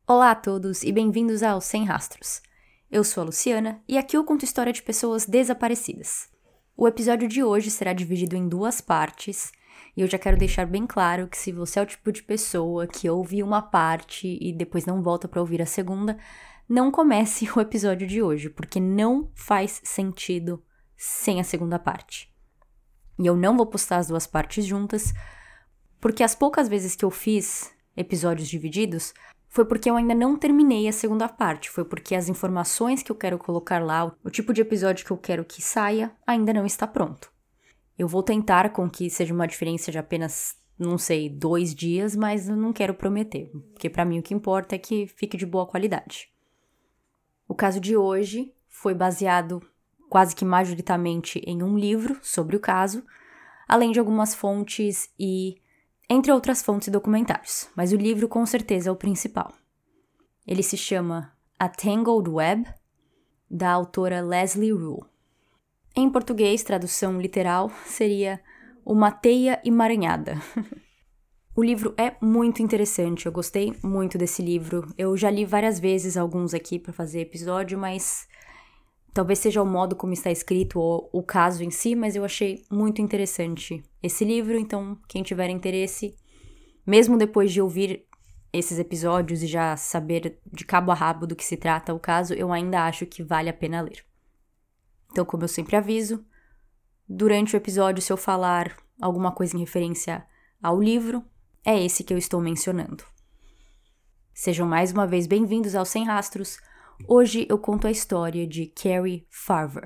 Olá a todos e bem-vindos ao Sem Rastros. Eu sou a Luciana e aqui eu conto história de pessoas desaparecidas. O episódio de hoje será dividido em duas partes e eu já quero deixar bem claro que se você é o tipo de pessoa que ouve uma parte e depois não volta para ouvir a segunda, não comece o episódio de hoje, porque não faz sentido sem a segunda parte. E eu não vou postar as duas partes juntas, porque as poucas vezes que eu fiz episódios divididos, foi porque eu ainda não terminei a segunda parte, foi porque as informações que eu quero colocar lá, o tipo de episódio que eu quero que saia, ainda não está pronto. Eu vou tentar com que seja uma diferença de apenas, 2 dias, mas eu não quero prometer, porque para mim o que importa é que fique de boa qualidade. O caso de hoje foi baseado quase que majoritariamente em um livro sobre o caso, além de algumas fontes e entre outras fontes e documentários, mas o livro com certeza é o principal. Ele se chama A Tangled Web, da autora Leslie Rule. Em português, tradução literal, seria Uma Teia Emaranhada. O livro é muito interessante, eu gostei muito desse livro. Eu já li várias vezes alguns aqui para fazer episódio, mas talvez seja o modo como está escrito ou o caso em si, mas eu achei muito interessante esse livro, então quem tiver interesse, mesmo depois de ouvir esses episódios e já saber de cabo a rabo do que se trata o caso, eu ainda acho que vale a pena ler. Então, como eu sempre aviso, durante o episódio, se eu falar alguma coisa em referência ao livro, é esse que eu estou mencionando. Sejam mais uma vez bem-vindos ao Sem Rastros. Hoje eu conto a história de Carrie Farver.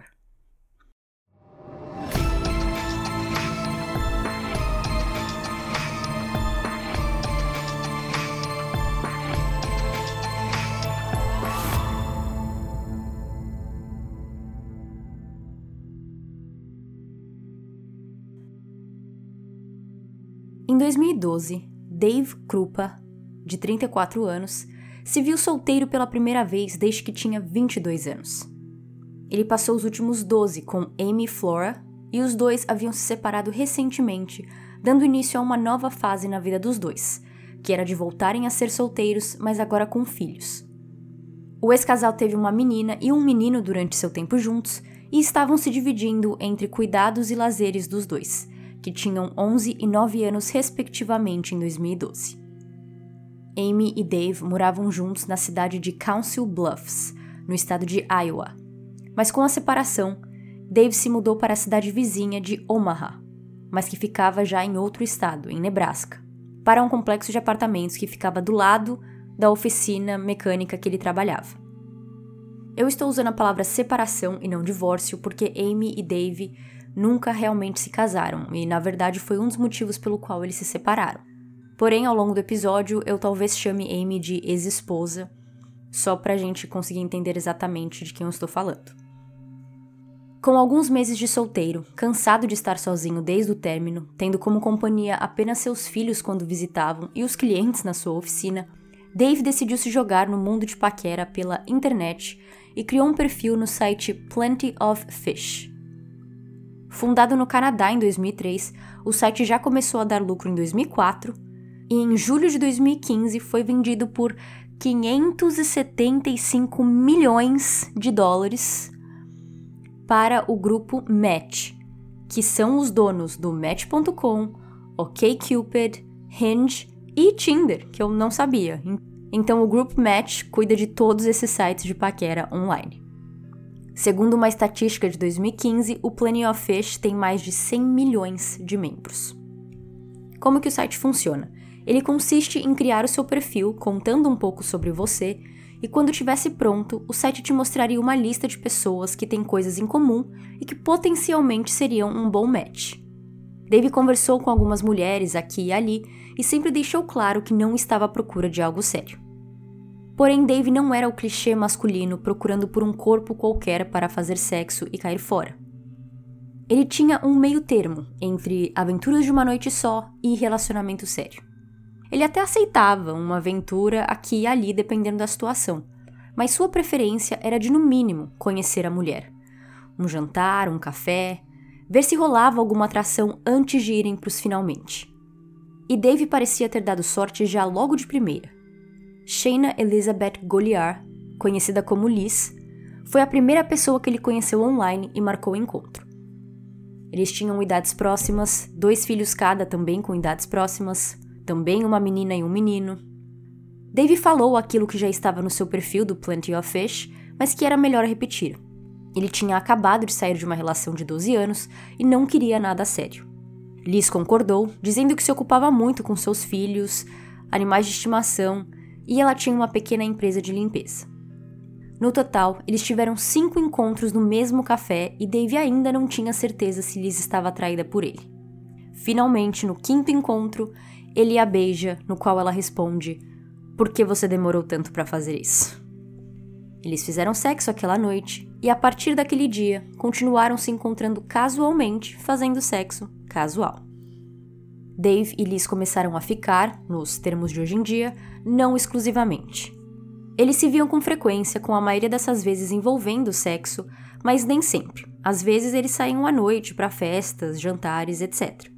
Em 2012, Dave Krupa, de 34 anos, se viu solteiro pela primeira vez desde que tinha 22 anos. Ele passou os últimos 12 com Amy Flora e os dois haviam se separado recentemente, dando início a uma nova fase na vida dos dois, que era de voltarem a ser solteiros, mas agora com filhos. O ex-casal teve uma menina e um menino durante seu tempo juntos e estavam se dividindo entre cuidados e lazeres dos dois, que tinham 11 e 9 anos respectivamente em 2012. Amy e Dave moravam juntos na cidade de Council Bluffs, no estado de Iowa. Mas com a separação, Dave se mudou para a cidade vizinha de Omaha, mas que ficava já em outro estado, em Nebraska, para um complexo de apartamentos que ficava do lado da oficina mecânica que ele trabalhava. Eu estou usando a palavra separação e não divórcio porque Amy e Dave nunca realmente se casaram e, na verdade, foi um dos motivos pelo qual eles se separaram. Porém, ao longo do episódio, eu talvez chame Amy de ex-esposa, só pra gente conseguir entender exatamente de quem eu estou falando. Com alguns meses de solteiro, cansado de estar sozinho desde o término, tendo como companhia apenas seus filhos quando visitavam e os clientes na sua oficina, Dave decidiu se jogar no mundo de paquera pela internet e criou um perfil no site Plenty of Fish. Fundado no Canadá em 2003, o site já começou a dar lucro em 2004 e em julho de 2015 foi vendido por 575 milhões de dólares para o grupo Match, que são os donos do Match.com, OkCupid, Hinge e Tinder, que eu não sabia. Então o grupo Match cuida de todos esses sites de paquera online. Segundo uma estatística de 2015, o Plenty of Fish tem mais de 100 milhões de membros. Como que o site funciona? Ele consiste em criar o seu perfil contando um pouco sobre você e quando estivesse pronto, o site te mostraria uma lista de pessoas que têm coisas em comum e que potencialmente seriam um bom match. Dave conversou com algumas mulheres aqui e ali e sempre deixou claro que não estava à procura de algo sério. Porém, Dave não era o clichê masculino procurando por um corpo qualquer para fazer sexo e cair fora. Ele tinha um meio termo entre aventuras de uma noite só e relacionamento sério. Ele até aceitava uma aventura aqui e ali dependendo da situação, mas sua preferência era de, no mínimo, conhecer a mulher. Um jantar, um café, ver se rolava alguma atração antes de irem para os finalmente. E Dave parecia ter dado sorte já logo de primeira. Shayna Elizabeth Goliar, conhecida como Liz, foi a primeira pessoa que ele conheceu online e marcou o encontro. Eles tinham idades próximas, 2 filhos cada também com idades próximas, também uma menina e um menino. Dave falou aquilo que já estava no seu perfil do Plenty of Fish, mas que era melhor repetir. Ele tinha acabado de sair de uma relação de 12 anos e não queria nada sério. Liz concordou, dizendo que se ocupava muito com seus filhos, animais de estimação, e ela tinha uma pequena empresa de limpeza. No total, eles tiveram 5 encontros no mesmo café e Dave ainda não tinha certeza se Liz estava atraída por ele. Finalmente, no 5º encontro, ele a beija, no qual ela responde: "Por que você demorou tanto para fazer isso?" Eles fizeram sexo aquela noite e, a partir daquele dia, continuaram se encontrando casualmente, fazendo sexo casual. Dave e Liz começaram a ficar, nos termos de hoje em dia, não exclusivamente. Eles se viam com frequência, com a maioria dessas vezes envolvendo sexo, mas nem sempre. Às vezes eles saíam à noite para festas, jantares, etc.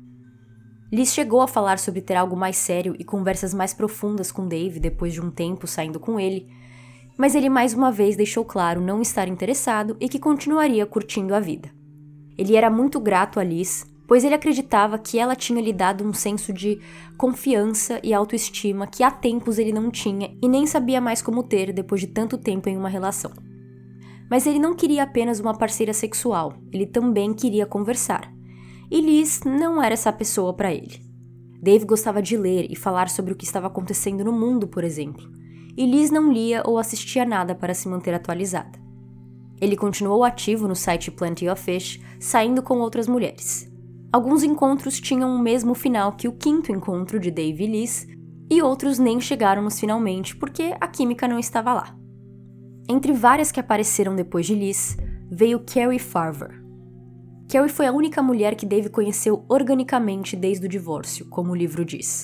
Liz chegou a falar sobre ter algo mais sério e conversas mais profundas com Dave depois de um tempo saindo com ele, mas ele mais uma vez deixou claro não estar interessado e que continuaria curtindo a vida. Ele era muito grato a Liz, pois ele acreditava que ela tinha lhe dado um senso de confiança e autoestima que há tempos ele não tinha e nem sabia mais como ter depois de tanto tempo em uma relação. Mas ele não queria apenas uma parceira sexual, ele também queria conversar. E Liz não era essa pessoa para ele. Dave gostava de ler e falar sobre o que estava acontecendo no mundo, por exemplo, e Liz não lia ou assistia nada para se manter atualizada. Ele continuou ativo no site Plenty of Fish, saindo com outras mulheres. Alguns encontros tinham o mesmo final que o 5º encontro de Dave e Liz, e outros nem chegaram nos finalmente porque a química não estava lá. Entre várias que apareceram depois de Liz, veio Carrie Farver. Carrie foi a única mulher que Dave conheceu organicamente desde o divórcio, como o livro diz.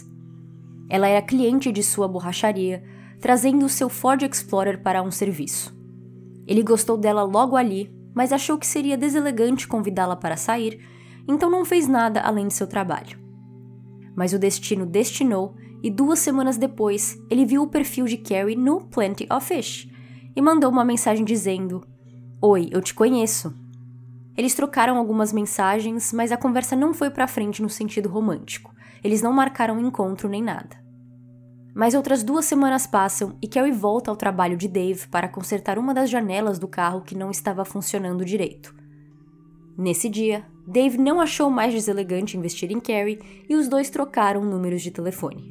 Ela era cliente de sua borracharia, trazendo o seu Ford Explorer para um serviço. Ele gostou dela logo ali, mas achou que seria deselegante convidá-la para sair, então não fez nada além de seu trabalho. Mas o destino destinou e 2 semanas depois ele viu o perfil de Carrie no Plenty of Fish e mandou uma mensagem dizendo: "Oi, eu te conheço." Eles trocaram algumas mensagens, mas a conversa não foi pra frente no sentido romântico. Eles não marcaram um encontro nem nada. Mas outras 2 semanas passam e Carrie volta ao trabalho de Dave para consertar uma das janelas do carro que não estava funcionando direito. Nesse dia, Dave não achou mais deselegante investir em Carrie e os dois trocaram números de telefone.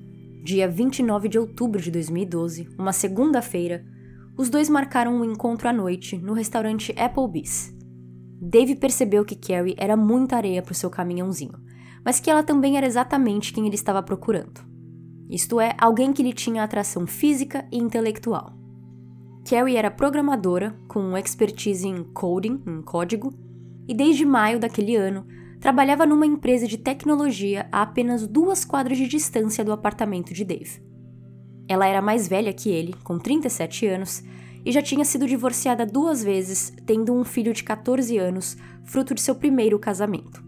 Dia 29 de outubro de 2012, uma segunda-feira, os dois marcaram um encontro à noite no restaurante Applebee's. Dave percebeu que Carrie era muita areia para o seu caminhãozinho, mas que ela também era exatamente quem ele estava procurando. Isto é, alguém que lhe tinha atração física e intelectual. Carrie era programadora, com expertise em coding, em código, e desde maio daquele ano, trabalhava numa empresa de tecnologia a apenas 2 quadras de distância do apartamento de Dave. Ela era mais velha que ele, com 37 anos, e já tinha sido divorciada 2 vezes, tendo um filho de 14 anos, fruto de seu primeiro casamento.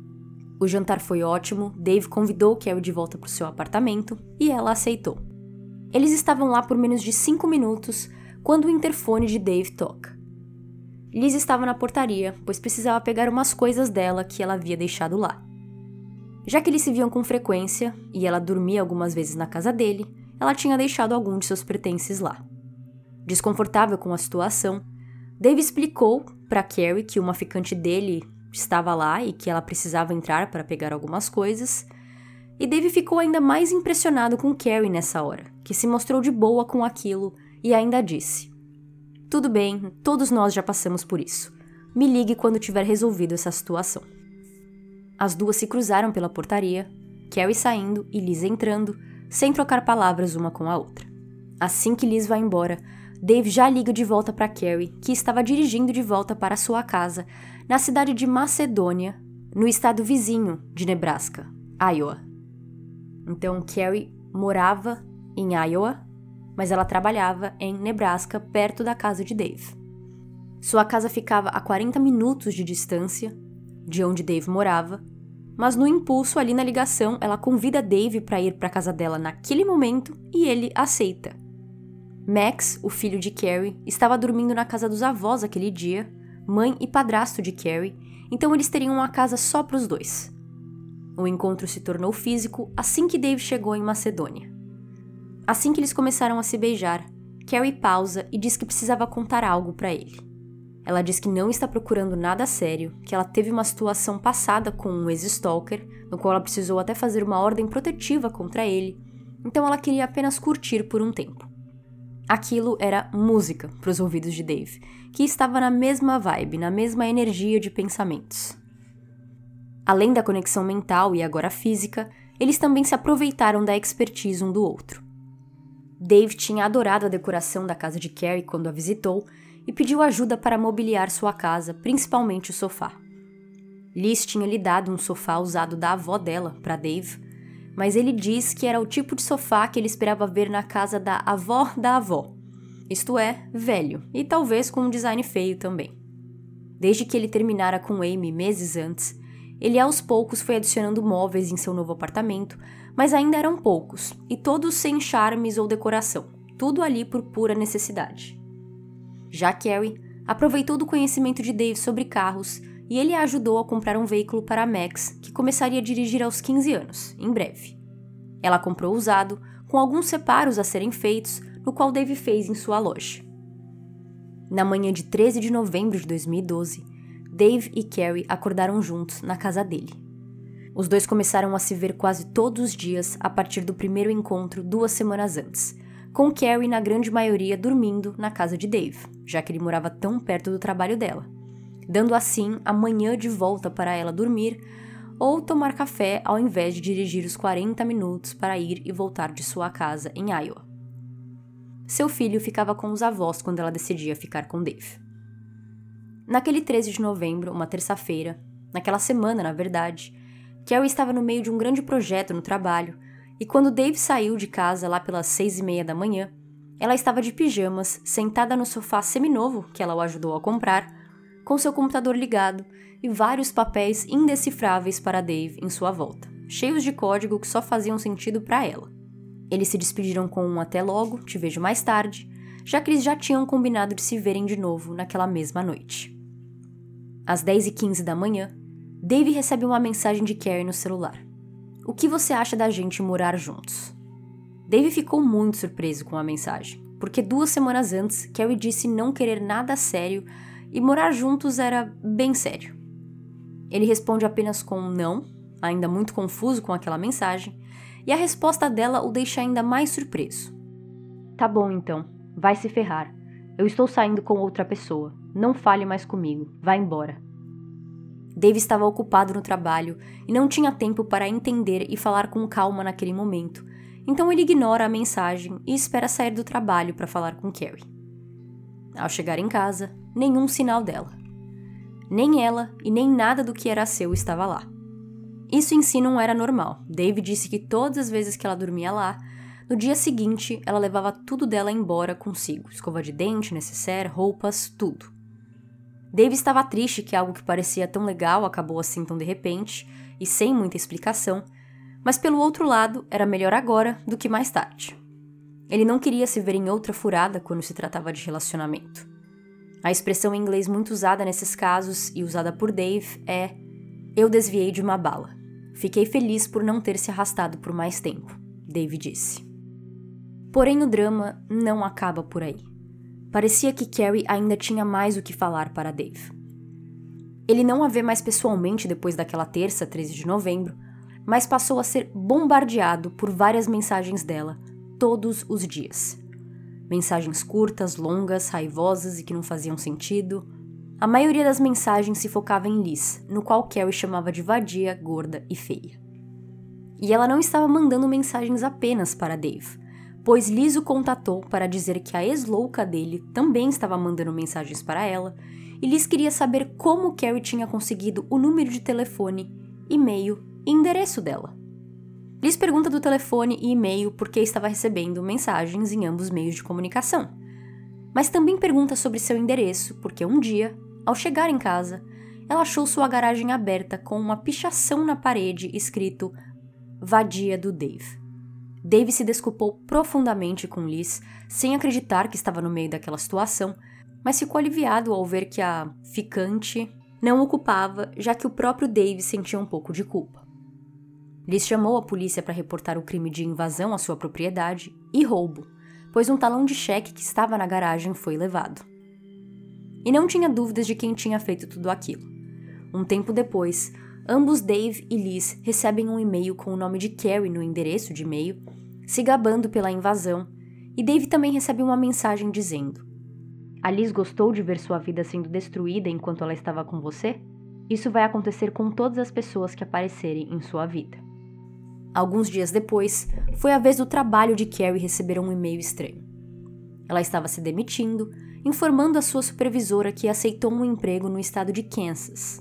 O jantar foi ótimo, Dave convidou Carrie de volta para o seu apartamento e ela aceitou. Eles estavam lá por menos de 5 minutos quando o interfone de Dave toca. Liz estava na portaria, pois precisava pegar umas coisas dela que ela havia deixado lá. Já que eles se viam com frequência e ela dormia algumas vezes na casa dele, ela tinha deixado algum de seus pertences lá. Desconfortável com a situação, Dave explicou para Carrie que uma ficante dele estava lá e que ela precisava entrar para pegar algumas coisas, e Dave ficou ainda mais impressionado com Carrie nessa hora, que se mostrou de boa com aquilo e ainda disse: "Tudo bem, todos nós já passamos por isso. Me ligue quando tiver resolvido essa situação." As 2 se cruzaram pela portaria, Carrie saindo e Liz entrando, sem trocar palavras uma com a outra. Assim que Liz vai embora, Dave já liga de volta para Carrie, que estava dirigindo de volta para sua casa, na cidade de Macedônia, no estado vizinho de Nebraska, Iowa. Então Carrie morava em Iowa, mas ela trabalhava em Nebraska, perto da casa de Dave. Sua casa ficava a 40 minutos de distância de onde Dave morava, mas no impulso ali na ligação, ela convida Dave para ir para casa dela naquele momento e ele aceita. Max, o filho de Carrie, estava dormindo na casa dos avós aquele dia, mãe e padrasto de Carrie, então eles teriam uma casa só para os dois. O encontro se tornou físico assim que Dave chegou em Macedônia. Assim que eles começaram a se beijar, Carrie pausa e diz que precisava contar algo para ele. Ela diz que não está procurando nada sério, que ela teve uma situação passada com um ex-stalker, no qual ela precisou até fazer uma ordem protetiva contra ele, então ela queria apenas curtir por um tempo. Aquilo era música para os ouvidos de Dave, que estava na mesma vibe, na mesma energia de pensamentos. Além da conexão mental e agora física, eles também se aproveitaram da expertise um do outro. Dave tinha adorado a decoração da casa de Carrie quando a visitou e pediu ajuda para mobiliar sua casa, principalmente o sofá. Liz tinha lhe dado um sofá usado da avó dela para Dave, mas ele diz que era o tipo de sofá que ele esperava ver na casa da avó, isto é, velho, e talvez com um design feio também. Desde que ele terminara com Amy meses antes, ele aos poucos foi adicionando móveis em seu novo apartamento, mas ainda eram poucos, e todos sem charmes ou decoração, tudo ali por pura necessidade. Já Carrie aproveitou do conhecimento de Dave sobre carros e ele a ajudou a comprar um veículo para Max, que começaria a dirigir aos 15 anos, em breve. Ela comprou usado, com alguns reparos a serem feitos, no qual Dave fez em sua loja. Na manhã de 13 de novembro de 2012, Dave e Carrie acordaram juntos na casa dele. Os dois começaram a se ver quase todos os dias a partir do primeiro encontro 2 semanas antes, com Carrie na grande maioria dormindo na casa de Dave, já que ele morava tão perto do trabalho dela, dando assim a manhã de volta para ela dormir ou tomar café ao invés de dirigir os 40 minutos para ir e voltar de sua casa em Iowa. Seu filho ficava com os avós quando ela decidia ficar com Dave. Naquele 13 de novembro, uma terça-feira, naquela semana, na verdade, Carrie estava no meio de um grande projeto no trabalho, e quando Dave saiu de casa lá pelas 6:30 da manhã, ela estava de pijamas, sentada no sofá seminovo que ela o ajudou a comprar, com seu computador ligado e vários papéis indecifráveis para Dave em sua volta, cheios de código que só faziam sentido para ela. Eles se despediram com um até logo, te vejo mais tarde, já que eles já tinham combinado de se verem de novo naquela mesma noite. Às 10:15 da manhã, Dave recebe uma mensagem de Carrie no celular. O que você acha da gente morar juntos? Dave ficou muito surpreso com a mensagem, porque 2 semanas antes, Carrie disse não querer nada sério e morar juntos era bem sério. Ele responde apenas com um não, ainda muito confuso com aquela mensagem, e a resposta dela o deixa ainda mais surpreso. Tá bom então, vai se ferrar. Eu estou saindo com outra pessoa. Não fale mais comigo, vá embora. Dave estava ocupado no trabalho e não tinha tempo para entender e falar com calma naquele momento, então ele ignora a mensagem e espera sair do trabalho para falar com Carrie. Ao chegar em casa, nenhum sinal dela. Nem ela e nem nada do que era seu estava lá. Isso em si não era normal. Dave disse que todas as vezes que ela dormia lá, no dia seguinte ela levava tudo dela embora consigo, escova de dente, necessaire, roupas, tudo. Dave estava triste que algo que parecia tão legal acabou assim tão de repente e sem muita explicação, mas pelo outro lado era melhor agora do que mais tarde. Ele não queria se ver em outra furada quando se tratava de relacionamento. A expressão em inglês muito usada nesses casos e usada por Dave é "eu desviei de uma bala. Fiquei feliz por não ter se arrastado por mais tempo", Dave disse. Porém o drama não acaba por aí. Parecia que Carrie ainda tinha mais o que falar para Dave. Ele não a vê mais pessoalmente depois daquela terça, 13 de novembro, mas passou a ser bombardeado por várias mensagens dela, todos os dias. Mensagens curtas, longas, raivosas e que não faziam sentido. A maioria das mensagens se focava em Liz, no qual Carrie chamava de vadia, gorda e feia. E ela não estava mandando mensagens apenas para Dave, pois Liz o contatou para dizer que a ex-louca dele também estava mandando mensagens para ela, e Liz queria saber como Carrie tinha conseguido o número de telefone, e-mail e endereço dela. Liz pergunta do telefone e e-mail porque estava recebendo mensagens em ambos meios de comunicação, mas também pergunta sobre seu endereço porque um dia, ao chegar em casa, ela achou sua garagem aberta com uma pichação na parede escrito "Vadia do Dave". Dave se desculpou profundamente com Liz, sem acreditar que estava no meio daquela situação, mas ficou aliviado ao ver que a ficante não o culpava, já que o próprio Dave sentia um pouco de culpa. Liz chamou a polícia para reportar o crime de invasão à sua propriedade e roubo, pois um talão de cheque que estava na garagem foi levado. E não tinha dúvidas de quem tinha feito tudo aquilo. Um tempo depois, ambos Dave e Liz recebem um e-mail com o nome de Carrie no endereço de e-mail, se gabando pela invasão, e Dave também recebe uma mensagem dizendo: "A Liz gostou de ver sua vida sendo destruída enquanto ela estava com você? Isso vai acontecer com todas as pessoas que aparecerem em sua vida." Alguns dias depois, foi a vez do trabalho de Carrie receber um e-mail estranho. Ela estava se demitindo, informando a sua supervisora que aceitou um emprego no estado de Kansas.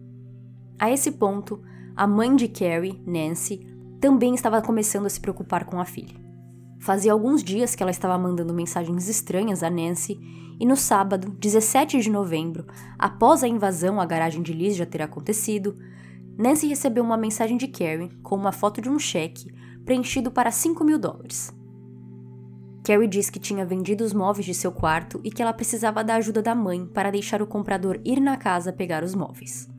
A esse ponto, a mãe de Carrie, Nancy, também estava começando a se preocupar com a filha. Fazia alguns dias que ela estava mandando mensagens estranhas a Nancy, e no sábado, 17 de novembro, após a invasão à garagem de Liz já ter acontecido, Nancy recebeu uma mensagem de Carrie com uma foto de um cheque preenchido para $5.000. Carrie diz que tinha vendido os móveis de seu quarto e que ela precisava da ajuda da mãe para deixar o comprador ir na casa pegar os móveis.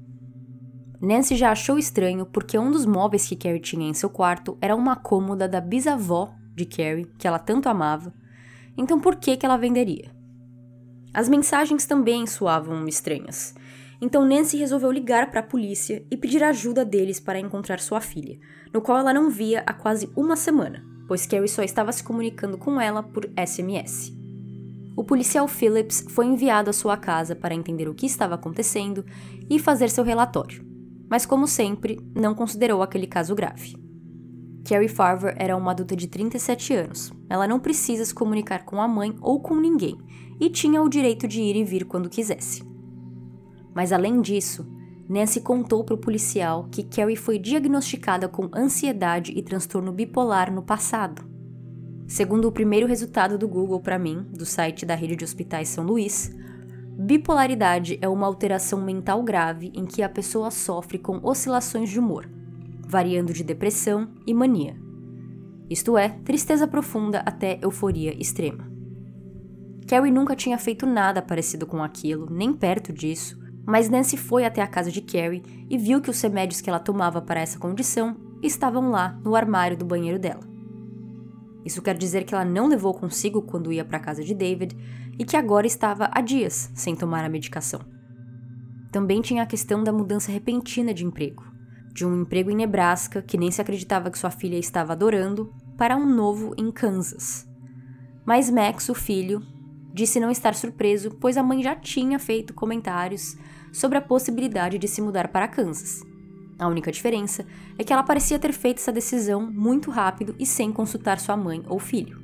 Nancy já achou estranho porque um dos móveis que Carrie tinha em seu quarto era uma cômoda da bisavó de Carrie, que ela tanto amava, então por que ela venderia? As mensagens também soavam estranhas, então Nancy resolveu ligar para a polícia e pedir ajuda deles para encontrar sua filha, no qual ela não via há quase uma semana, pois Carrie só estava se comunicando com ela por SMS. O policial Phillips foi enviado à sua casa para entender o que estava acontecendo e fazer seu relatório, mas como sempre, não considerou aquele caso grave. Carrie Farver era uma adulta de 37 anos, ela não precisa se comunicar com a mãe ou com ninguém, e tinha o direito de ir e vir quando quisesse. Mas além disso, Nancy contou para o policial que Carrie foi diagnosticada com ansiedade e transtorno bipolar no passado. Segundo o primeiro resultado do Google para mim, do site da Rede de Hospitais São Luís, bipolaridade é uma alteração mental grave em que a pessoa sofre com oscilações de humor, variando de depressão e mania. Isto é, tristeza profunda até euforia extrema. Carrie nunca tinha feito nada parecido com aquilo, nem perto disso, mas Nancy foi até a casa de Carrie e viu que os remédios que ela tomava para essa condição estavam lá no armário do banheiro dela. Isso quer dizer que ela não levou consigo quando ia para a casa de David e que agora estava há dias sem tomar a medicação. Também tinha a questão da mudança repentina de emprego. De um emprego em Nebraska, que nem se acreditava que sua filha estava adorando, para um novo em Kansas. Mas Max, o filho, disse não estar surpreso, pois a mãe já tinha feito comentários sobre a possibilidade de se mudar para Kansas. A única diferença é que ela parecia ter feito essa decisão muito rápido e sem consultar sua mãe ou filho.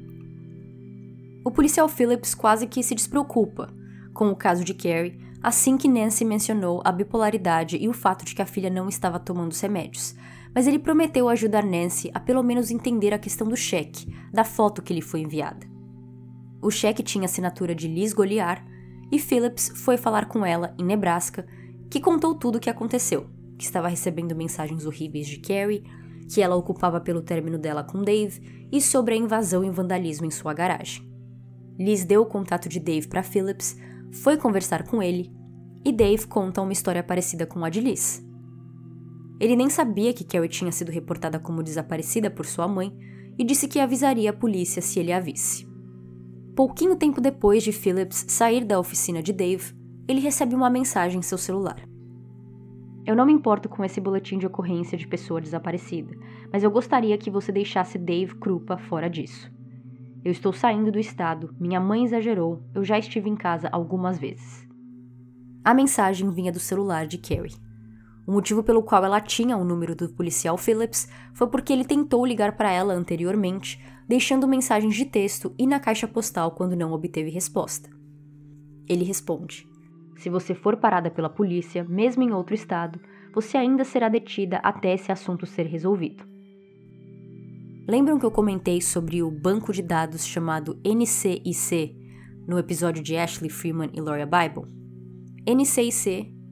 O policial Phillips quase que se despreocupa com o caso de Carrie assim que Nancy mencionou a bipolaridade e o fato de que a filha não estava tomando os remédios, mas ele prometeu ajudar Nancy a pelo menos entender a questão do cheque, da foto que lhe foi enviada. O cheque tinha assinatura de Liz Goliar e Phillips foi falar com ela em Nebraska, que contou tudo o que aconteceu, que estava recebendo mensagens horríveis de Carrie, que ela ocupava pelo término dela com Dave e sobre a invasão e vandalismo em sua garagem. Liz deu o contato de Dave para Phillips, foi conversar com ele e Dave conta uma história parecida com a de Liz. Ele nem sabia que Carrie tinha sido reportada como desaparecida por sua mãe e disse que avisaria a polícia se ele a visse. Pouquinho tempo depois de Phillips sair da oficina de Dave, ele recebe uma mensagem em seu celular. Eu não me importo com esse boletim de ocorrência de pessoa desaparecida, mas eu gostaria que você deixasse Dave Krupa fora disso. Eu estou saindo do estado, minha mãe exagerou, eu já estive em casa algumas vezes. A mensagem vinha do celular de Carrie. O motivo pelo qual ela tinha o número do policial Phillips foi porque ele tentou ligar para ela anteriormente, deixando mensagens de texto e na caixa postal quando não obteve resposta. Ele responde: se você for parada pela polícia, mesmo em outro estado, você ainda será detida até esse assunto ser resolvido. Lembram que eu comentei sobre o banco de dados chamado NCIC no episódio de Ashley Freeman e Laura Bible? NCIC,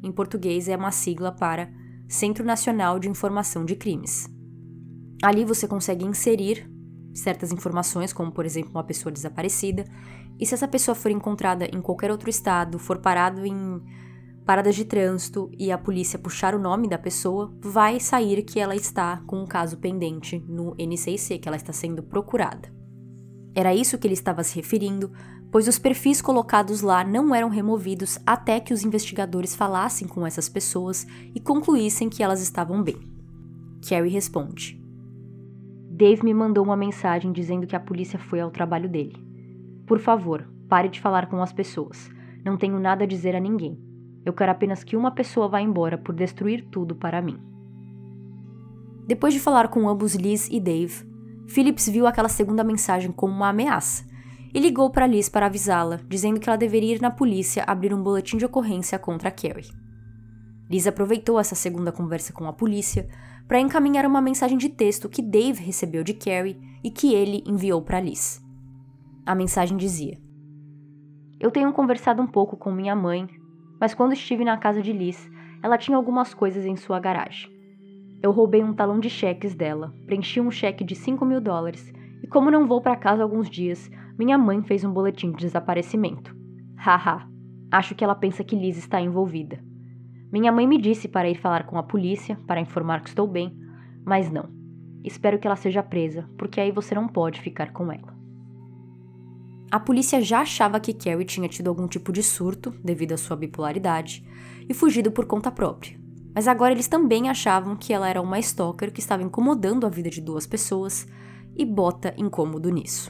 em português, é uma sigla para Centro Nacional de Informação de Crimes. Ali você consegue inserir certas informações, como por exemplo uma pessoa desaparecida, e se essa pessoa for encontrada em qualquer outro estado, for parado em paradas de trânsito e a polícia puxar o nome da pessoa, vai sair que ela está com um caso pendente no NCIC, que ela está sendo procurada. Era isso que ele estava se referindo, pois os perfis colocados lá não eram removidos até que os investigadores falassem com essas pessoas e concluíssem que elas estavam bem. Carrie responde: Dave me mandou uma mensagem dizendo que a polícia foi ao trabalho dele. Por favor, pare de falar com as pessoas. Não tenho nada a dizer a ninguém. Eu quero apenas que uma pessoa vá embora por destruir tudo para mim. Depois de falar com ambos Liz e Dave, Phillips viu aquela segunda mensagem como uma ameaça e ligou para Liz para avisá-la, dizendo que ela deveria ir na polícia abrir um boletim de ocorrência contra Carrie. Liz aproveitou essa segunda conversa com a polícia para encaminhar uma mensagem de texto que Dave recebeu de Carrie e que ele enviou para Liz. A mensagem dizia: Eu tenho conversado um pouco com minha mãe, mas quando estive na casa de Liz, ela tinha algumas coisas em sua garagem. Eu roubei um talão de cheques dela, preenchi um cheque de $5.000 e como não vou para casa há alguns dias, minha mãe fez um boletim de desaparecimento. Haha, acho que ela pensa que Liz está envolvida. Minha mãe me disse para ir falar com a polícia, para informar que estou bem, mas não. Espero que ela seja presa, porque aí você não pode ficar com ela. A polícia já achava que Carrie tinha tido algum tipo de surto, devido à sua bipolaridade, e fugido por conta própria. Mas agora eles também achavam que ela era uma stalker que estava incomodando a vida de duas pessoas, e bota incômodo nisso.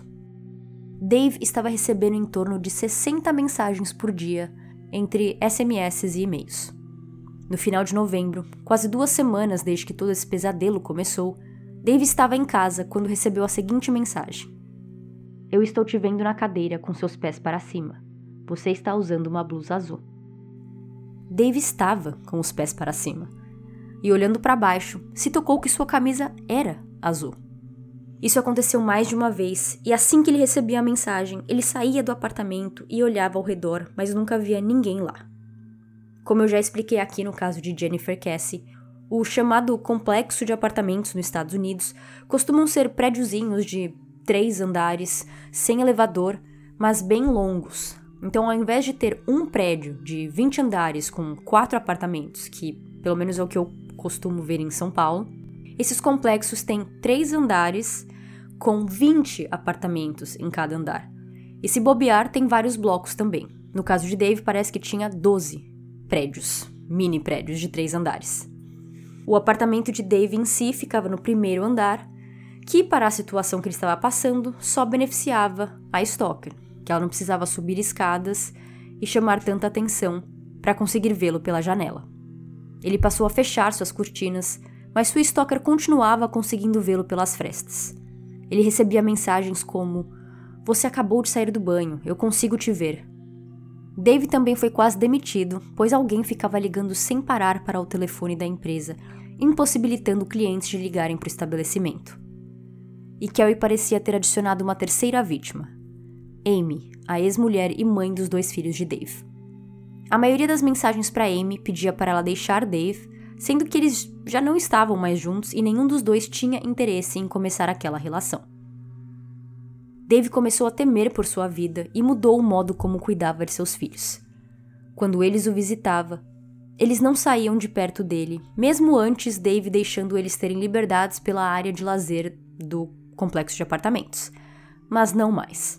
Dave estava recebendo em torno de 60 mensagens por dia, entre SMS e e-mails. No final de novembro, quase 2 semanas desde que todo esse pesadelo começou, Dave estava em casa quando recebeu a seguinte mensagem: Eu estou te vendo na cadeira com seus pés para cima. Você está usando uma blusa azul. Dave estava com os pés para cima. E olhando para baixo, se tocou que sua camisa era azul. Isso aconteceu mais de uma vez, e assim que ele recebia a mensagem, ele saía do apartamento e olhava ao redor, mas nunca via ninguém lá. Como eu já expliquei aqui no caso de Jennifer Cassie, o chamado complexo de apartamentos nos Estados Unidos costumam ser prédiozinhos de 3 andares, sem elevador, mas bem longos. Então, ao invés de ter um prédio de 20 andares com 4 apartamentos, que pelo menos é o que eu costumo ver em São Paulo, esses complexos têm 3 andares com 20 apartamentos em cada andar. E se bobear, tem vários blocos também. No caso de Dave, parece que tinha 12 prédios, mini prédios de 3 andares. O apartamento de Dave em si ficava no primeiro andar, que para a situação que ele estava passando, só beneficiava a stalker, que ela não precisava subir escadas e chamar tanta atenção para conseguir vê-lo pela janela. Ele passou a fechar suas cortinas, mas sua stalker continuava conseguindo vê-lo pelas frestas. Ele recebia mensagens como: Você acabou de sair do banho, eu consigo te ver. Dave também foi quase demitido, pois alguém ficava ligando sem parar para o telefone da empresa, impossibilitando clientes de ligarem para o estabelecimento. E Carrie parecia ter adicionado uma terceira vítima, Amy, a ex-mulher e mãe dos 2 filhos de Dave. A maioria das mensagens para Amy pedia para ela deixar Dave, sendo que eles já não estavam mais juntos e nenhum dos dois tinha interesse em começar aquela relação. Dave começou a temer por sua vida e mudou o modo como cuidava de seus filhos. Quando eles o visitavam, eles não saíam de perto dele, mesmo antes Dave deixando eles terem liberdades pela área de lazer do complexo de apartamentos, mas não mais.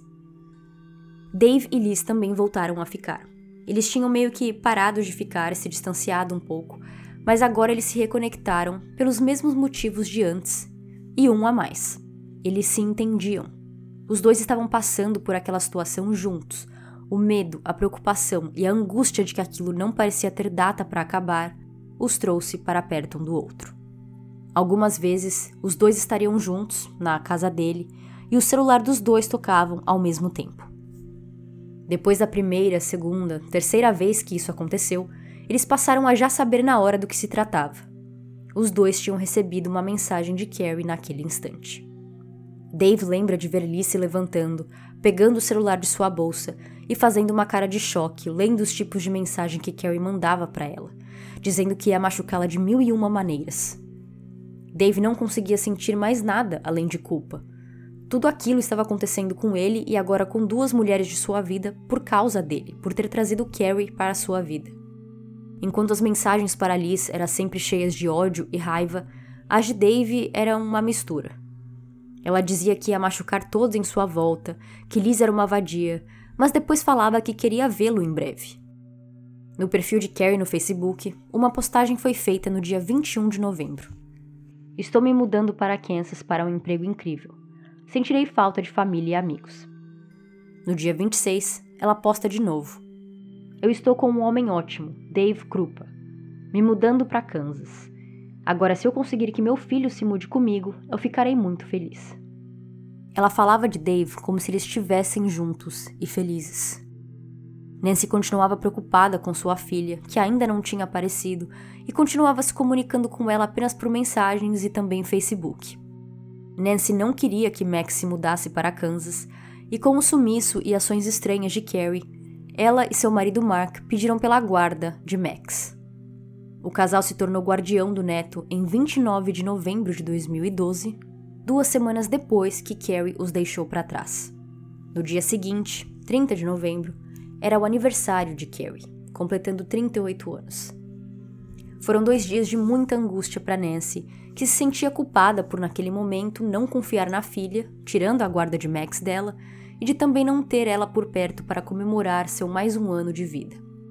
Dave e Liz também voltaram a ficar. Eles tinham meio que parado de ficar, se distanciado um pouco, mas agora eles se reconectaram pelos mesmos motivos de antes, e um a mais. Eles se entendiam. Os dois estavam passando por aquela situação juntos. O medo, a preocupação e a angústia de que aquilo não parecia ter data para acabar os trouxe para perto um do outro. Algumas vezes, os dois estariam juntos, na casa dele, e o celular dos dois tocavam ao mesmo tempo. Depois da primeira, segunda, terceira vez que isso aconteceu, eles passaram a já saber na hora do que se tratava. Os dois tinham recebido uma mensagem de Carrie naquele instante. Dave lembra de ver Liz se levantando, pegando o celular de sua bolsa e fazendo uma cara de choque, lendo os tipos de mensagem que Carrie mandava para ela, dizendo que ia machucá-la de 1001 maneiras. Dave não conseguia sentir mais nada além de culpa. Tudo aquilo estava acontecendo com ele e agora com 2 mulheres de sua vida por causa dele, por ter trazido Carrie para a sua vida. Enquanto as mensagens para Liz eram sempre cheias de ódio e raiva, as de Dave eram uma mistura. Ela dizia que ia machucar todos em sua volta, que Liz era uma vadia, mas depois falava que queria vê-lo em breve. No perfil de Carrie no Facebook, uma postagem foi feita no dia 21 de novembro. Estou me mudando para Kansas para um emprego incrível. Sentirei falta de família e amigos. No dia 26, ela posta de novo. Eu estou com um homem ótimo, Dave Krupa, me mudando para Kansas. Agora, se eu conseguir que meu filho se mude comigo, eu ficarei muito feliz. Ela falava de Dave como se eles estivessem juntos e felizes. Nancy continuava preocupada com sua filha, que ainda não tinha aparecido, e continuava se comunicando com ela apenas por mensagens e também Facebook. Nancy não queria que Max se mudasse para Kansas, e com o sumiço e ações estranhas de Carrie, ela e seu marido Mark pediram pela guarda de Max. O casal se tornou guardião do neto em 29 de novembro de 2012, 2 semanas depois que Carrie os deixou para trás. No dia seguinte, 30 de novembro, era o aniversário de Carrie, completando 38 anos. Foram 2 dias de muita angústia para Nancy, que se sentia culpada por naquele momento não confiar na filha, tirando a guarda de Max dela, e de também não ter ela por perto para comemorar seu mais um ano de vida.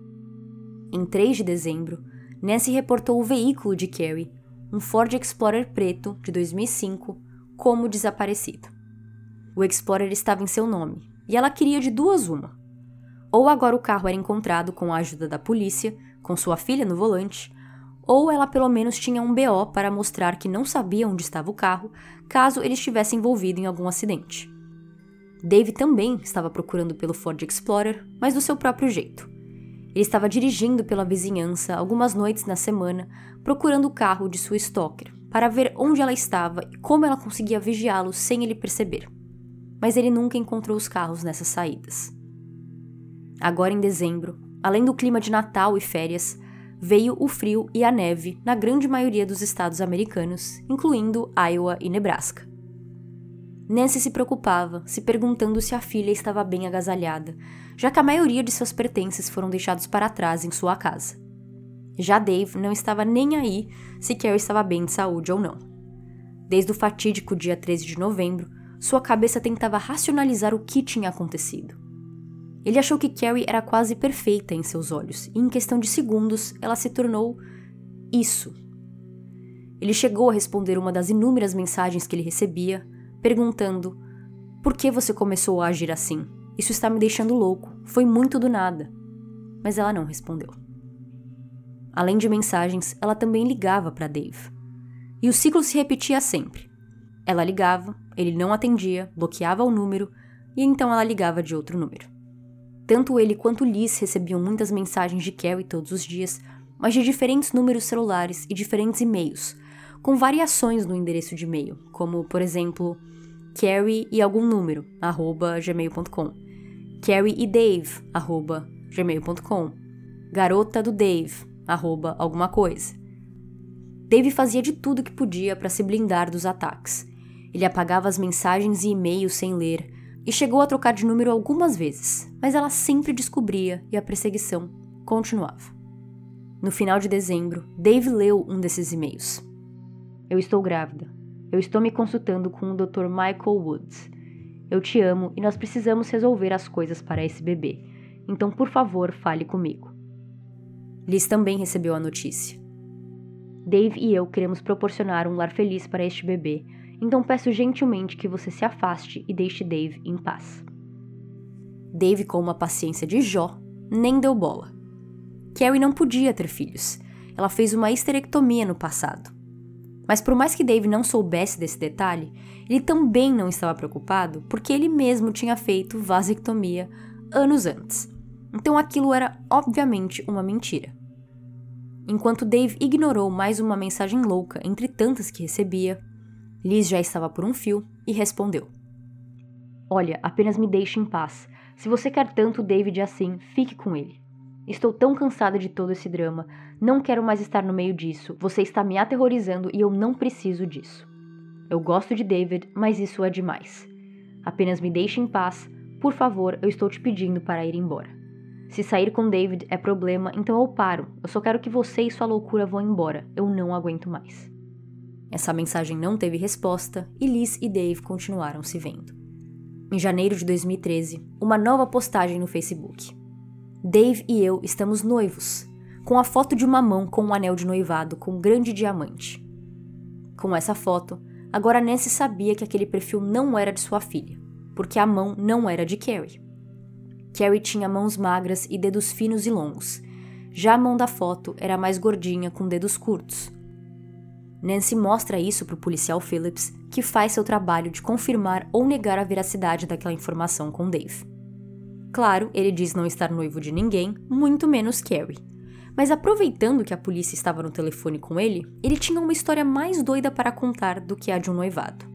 Em 3 de dezembro, Nancy reportou o veículo de Carrie, um Ford Explorer preto de 2005, como desaparecido. O Explorer estava em seu nome, e ela queria de 2 uma. Ou agora o carro era encontrado com a ajuda da polícia, com sua filha no volante, ou ela pelo menos tinha um BO para mostrar que não sabia onde estava o carro, caso ele estivesse envolvido em algum acidente. Dave também estava procurando pelo Ford Explorer, mas do seu próprio jeito. Ele estava dirigindo pela vizinhança algumas noites na semana, procurando o carro de sua stalker, para ver onde ela estava e como ela conseguia vigiá-lo sem ele perceber. Mas ele nunca encontrou os carros nessas saídas. Agora em dezembro, além do clima de Natal e férias, veio o frio e a neve na grande maioria dos estados americanos, incluindo Iowa e Nebraska. Nancy se preocupava, se perguntando se a filha estava bem agasalhada, já que a maioria de seus pertences foram deixados para trás em sua casa. Já Dave não estava nem aí se Carrie estava bem de saúde ou não. Desde o fatídico dia 13 de novembro, sua cabeça tentava racionalizar o que tinha acontecido. Ele achou que Carrie era quase perfeita em seus olhos, e em questão de segundos, ela se tornou isso. Ele chegou a responder uma das inúmeras mensagens que ele recebia, perguntando: por que você começou a agir assim? Isso está me deixando louco, foi muito do nada. Mas ela não respondeu. Além de mensagens, ela também ligava para Dave. E o ciclo se repetia sempre. Ela ligava, ele não atendia, bloqueava o número, e então ela ligava de outro número. Tanto ele quanto Liz recebiam muitas mensagens de Carrie todos os dias, mas de diferentes números celulares e diferentes e-mails, com variações no endereço de e-mail, como, por exemplo, Carrie e algum número, @gmail.com, Carrie e Dave, @gmail.com, garota do Dave, @alguma coisa. Dave fazia de tudo que podia para se blindar dos ataques. Ele apagava as mensagens e e-mails sem ler, e chegou a trocar de número algumas vezes, mas ela sempre descobria e a perseguição continuava. No final de dezembro, Dave leu um desses e-mails. Eu estou grávida. Eu estou me consultando com o Dr. Michael Woods. Eu te amo e nós precisamos resolver as coisas para esse bebê. Então, por favor, fale comigo. Liz também recebeu a notícia. Dave e eu queremos proporcionar um lar feliz para este bebê, então peço gentilmente que você se afaste e deixe Dave em paz. Dave, com uma paciência de Jó, nem deu bola. Carrie não podia ter filhos. Ela fez uma histerectomia no passado. Mas por mais que Dave não soubesse desse detalhe, ele também não estava preocupado porque ele mesmo tinha feito vasectomia anos antes. Então aquilo era obviamente uma mentira. Enquanto Dave ignorou mais uma mensagem louca entre tantas que recebia, Liz já estava por um fio e respondeu. Olha, apenas me deixe em paz. Se você quer tanto o David assim, fique com ele. Estou tão cansada de todo esse drama. Não quero mais estar no meio disso. Você está me aterrorizando e eu não preciso disso. Eu gosto de David, mas isso é demais. Apenas me deixe em paz. Por favor, eu estou te pedindo para ir embora. Se sair com David é problema, então eu paro. Eu só quero que você e sua loucura vão embora. Eu não aguento mais. Essa mensagem não teve resposta e Liz e Dave continuaram se vendo. Em janeiro de 2013, uma nova postagem no Facebook. Dave e eu estamos noivos, com a foto de uma mão com um anel de noivado com um grande diamante. Com essa foto, agora Nancy sabia que aquele perfil não era de sua filha, porque a mão não era de Carrie. Carrie tinha mãos magras e dedos finos e longos. Já a mão da foto era mais gordinha com dedos curtos. Nancy mostra isso para o policial Phillips, que faz seu trabalho de confirmar ou negar a veracidade daquela informação com Dave. Claro, ele diz não estar noivo de ninguém, muito menos Carrie. Mas aproveitando que a polícia estava no telefone com ele tinha uma história mais doida para contar do que a de um noivado.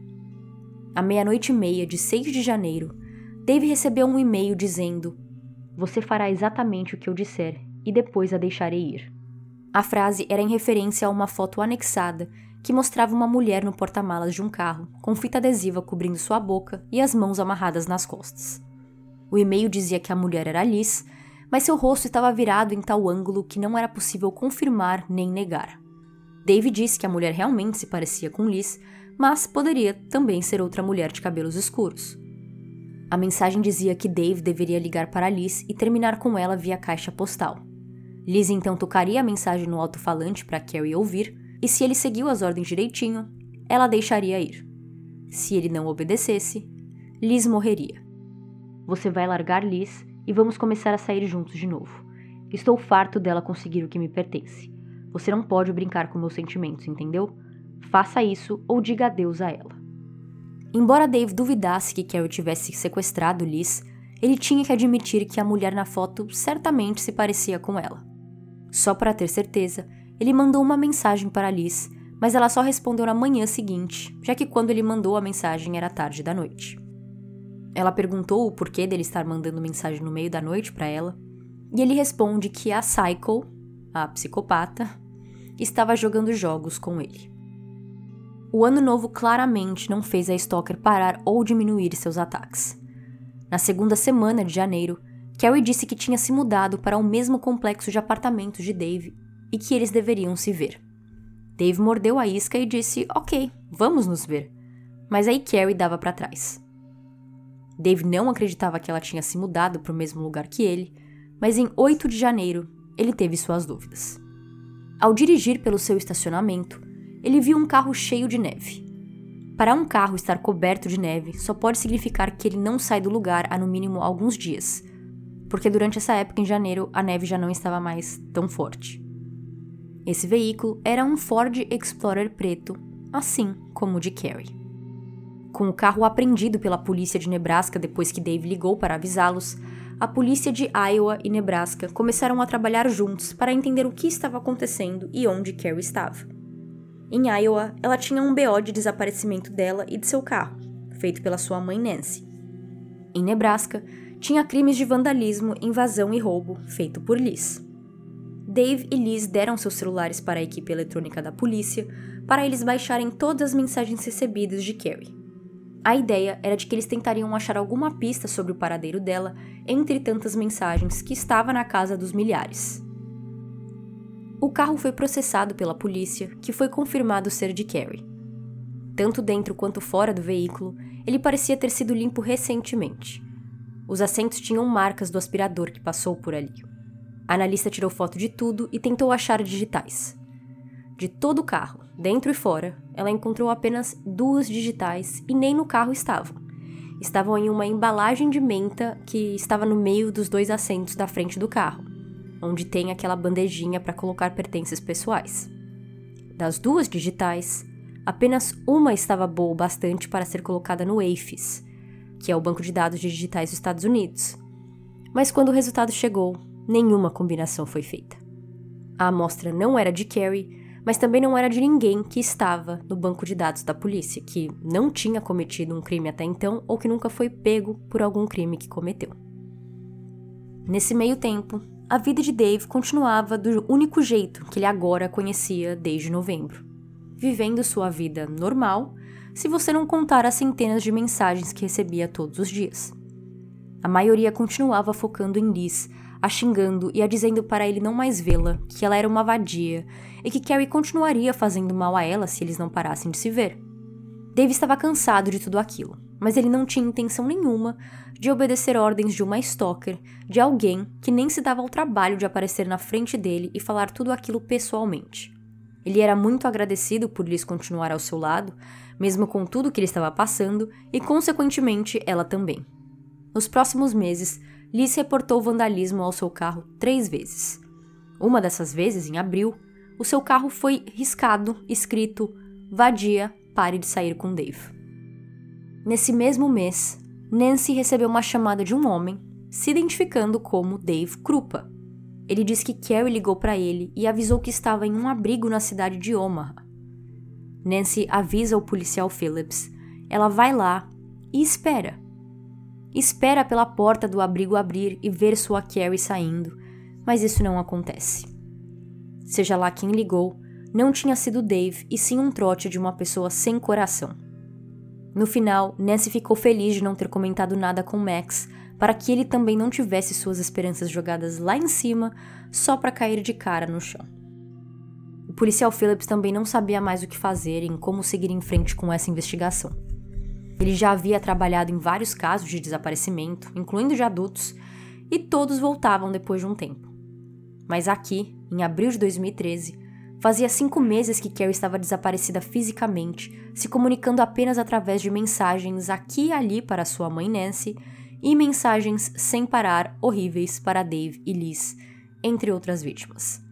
À 00:30 de 6 de janeiro, Dave recebeu um e-mail dizendo: "Você fará exatamente o que eu disser e depois a deixarei ir." A frase era em referência a uma foto anexada que mostrava uma mulher no porta-malas de um carro, com fita adesiva cobrindo sua boca e as mãos amarradas nas costas. O e-mail dizia que a mulher era Liz, mas seu rosto estava virado em tal ângulo que não era possível confirmar nem negar. Dave disse que a mulher realmente se parecia com Liz, mas poderia também ser outra mulher de cabelos escuros. A mensagem dizia que Dave deveria ligar para Liz e terminar com ela via caixa postal. Liz então tocaria a mensagem no alto-falante para Carrie ouvir, e se ele seguiu as ordens direitinho, ela deixaria ir. Se ele não obedecesse, Liz morreria. Você vai largar Liz e vamos começar a sair juntos de novo. Estou farto dela conseguir o que me pertence. Você não pode brincar com meus sentimentos, entendeu? Faça isso ou diga adeus a ela. Embora Dave duvidasse que Carrie tivesse sequestrado Liz, ele tinha que admitir que a mulher na foto certamente se parecia com ela. Só para ter certeza, ele mandou uma mensagem para Liz, mas ela só respondeu na manhã seguinte, já que quando ele mandou a mensagem era tarde da noite. Ela perguntou o porquê dele estar mandando mensagem no meio da noite para ela, e ele responde que a Psycho, a psicopata, estava jogando jogos com ele. O ano novo claramente não fez a stalker parar ou diminuir seus ataques. Na segunda semana de janeiro, Carrie disse que tinha se mudado para o mesmo complexo de apartamentos de Dave e que eles deveriam se ver. Dave mordeu a isca e disse, ok, vamos nos ver. Mas aí Carrie dava para trás. Dave não acreditava que ela tinha se mudado para o mesmo lugar que ele, mas em 8 de janeiro, ele teve suas dúvidas. Ao dirigir pelo seu estacionamento, ele viu um carro cheio de neve. Para um carro estar coberto de neve, só pode significar que ele não sai do lugar há no mínimo alguns dias, porque durante essa época em janeiro a neve já não estava mais tão forte. Esse veículo era um Ford Explorer preto, assim como o de Carrie. Com o carro apreendido pela polícia de Nebraska depois que Dave ligou para avisá-los, a polícia de Iowa e Nebraska começaram a trabalhar juntos para entender o que estava acontecendo e onde Carrie estava. Em Iowa, ela tinha um BO de desaparecimento dela e de seu carro, feito pela sua mãe Nancy. Em Nebraska, tinha crimes de vandalismo, invasão e roubo, feito por Liz. Dave e Liz deram seus celulares para a equipe eletrônica da polícia para eles baixarem todas as mensagens recebidas de Carrie. A ideia era de que eles tentariam achar alguma pista sobre o paradeiro dela entre tantas mensagens que estava na casa dos milhares. O carro foi processado pela polícia, que foi confirmado ser de Carrie. Tanto dentro quanto fora do veículo, ele parecia ter sido limpo recentemente. Os assentos tinham marcas do aspirador que passou por ali. A analista tirou foto de tudo e tentou achar digitais. De todo o carro, dentro e fora, ela encontrou apenas 2 digitais e nem no carro estavam. Estavam em uma embalagem de menta que estava no meio dos 2 assentos da frente do carro, onde tem aquela bandejinha para colocar pertences pessoais. Das 2 digitais, apenas uma estava boa o bastante para ser colocada no AFIS, que é o banco de dados de digitais dos Estados Unidos. Mas quando o resultado chegou, nenhuma combinação foi feita. A amostra não era de Carrie, mas também não era de ninguém que estava no banco de dados da polícia, que não tinha cometido um crime até então ou que nunca foi pego por algum crime que cometeu. Nesse meio tempo, a vida de Dave continuava do único jeito que ele agora conhecia desde novembro, vivendo sua vida normal, se você não contar as centenas de mensagens que recebia todos os dias. A maioria continuava focando em Liz, a xingando e a dizendo para ele não mais vê-la, que ela era uma vadia e que Carrie continuaria fazendo mal a ela se eles não parassem de se ver. Dave estava cansado de tudo aquilo, mas ele não tinha intenção nenhuma de obedecer ordens de uma stalker, de alguém que nem se dava ao trabalho de aparecer na frente dele e falar tudo aquilo pessoalmente. Ele era muito agradecido por Liz continuar ao seu lado, mesmo com tudo que ele estava passando, e consequentemente ela também. Nos próximos meses, Liz reportou vandalismo ao seu carro 3 vezes. Uma dessas vezes, em abril, o seu carro foi riscado, escrito "Vadia, pare de sair com Dave". Nesse mesmo mês, Nancy recebeu uma chamada de um homem, se identificando como Dave Krupa. Ele disse que Carrie ligou para ele e avisou que estava em um abrigo na cidade de Omaha. Nancy avisa o policial Phillips. Ela vai lá e espera. Espera pela porta do abrigo abrir e ver sua Carrie saindo, mas isso não acontece. Seja lá quem ligou, não tinha sido Dave e sim um trote de uma pessoa sem coração. No final, Nancy ficou feliz de não ter comentado nada com Max, para que ele também não tivesse suas esperanças jogadas lá em cima, só para cair de cara no chão. O policial Phillips também não sabia mais o que fazer em como seguir em frente com essa investigação. Ele já havia trabalhado em vários casos de desaparecimento, incluindo de adultos, e todos voltavam depois de um tempo. Mas aqui, em abril de 2013, fazia 5 meses que Carrie estava desaparecida fisicamente, se comunicando apenas através de mensagens aqui e ali para sua mãe Nancy e mensagens sem parar horríveis para Dave e Liz, entre outras vítimas.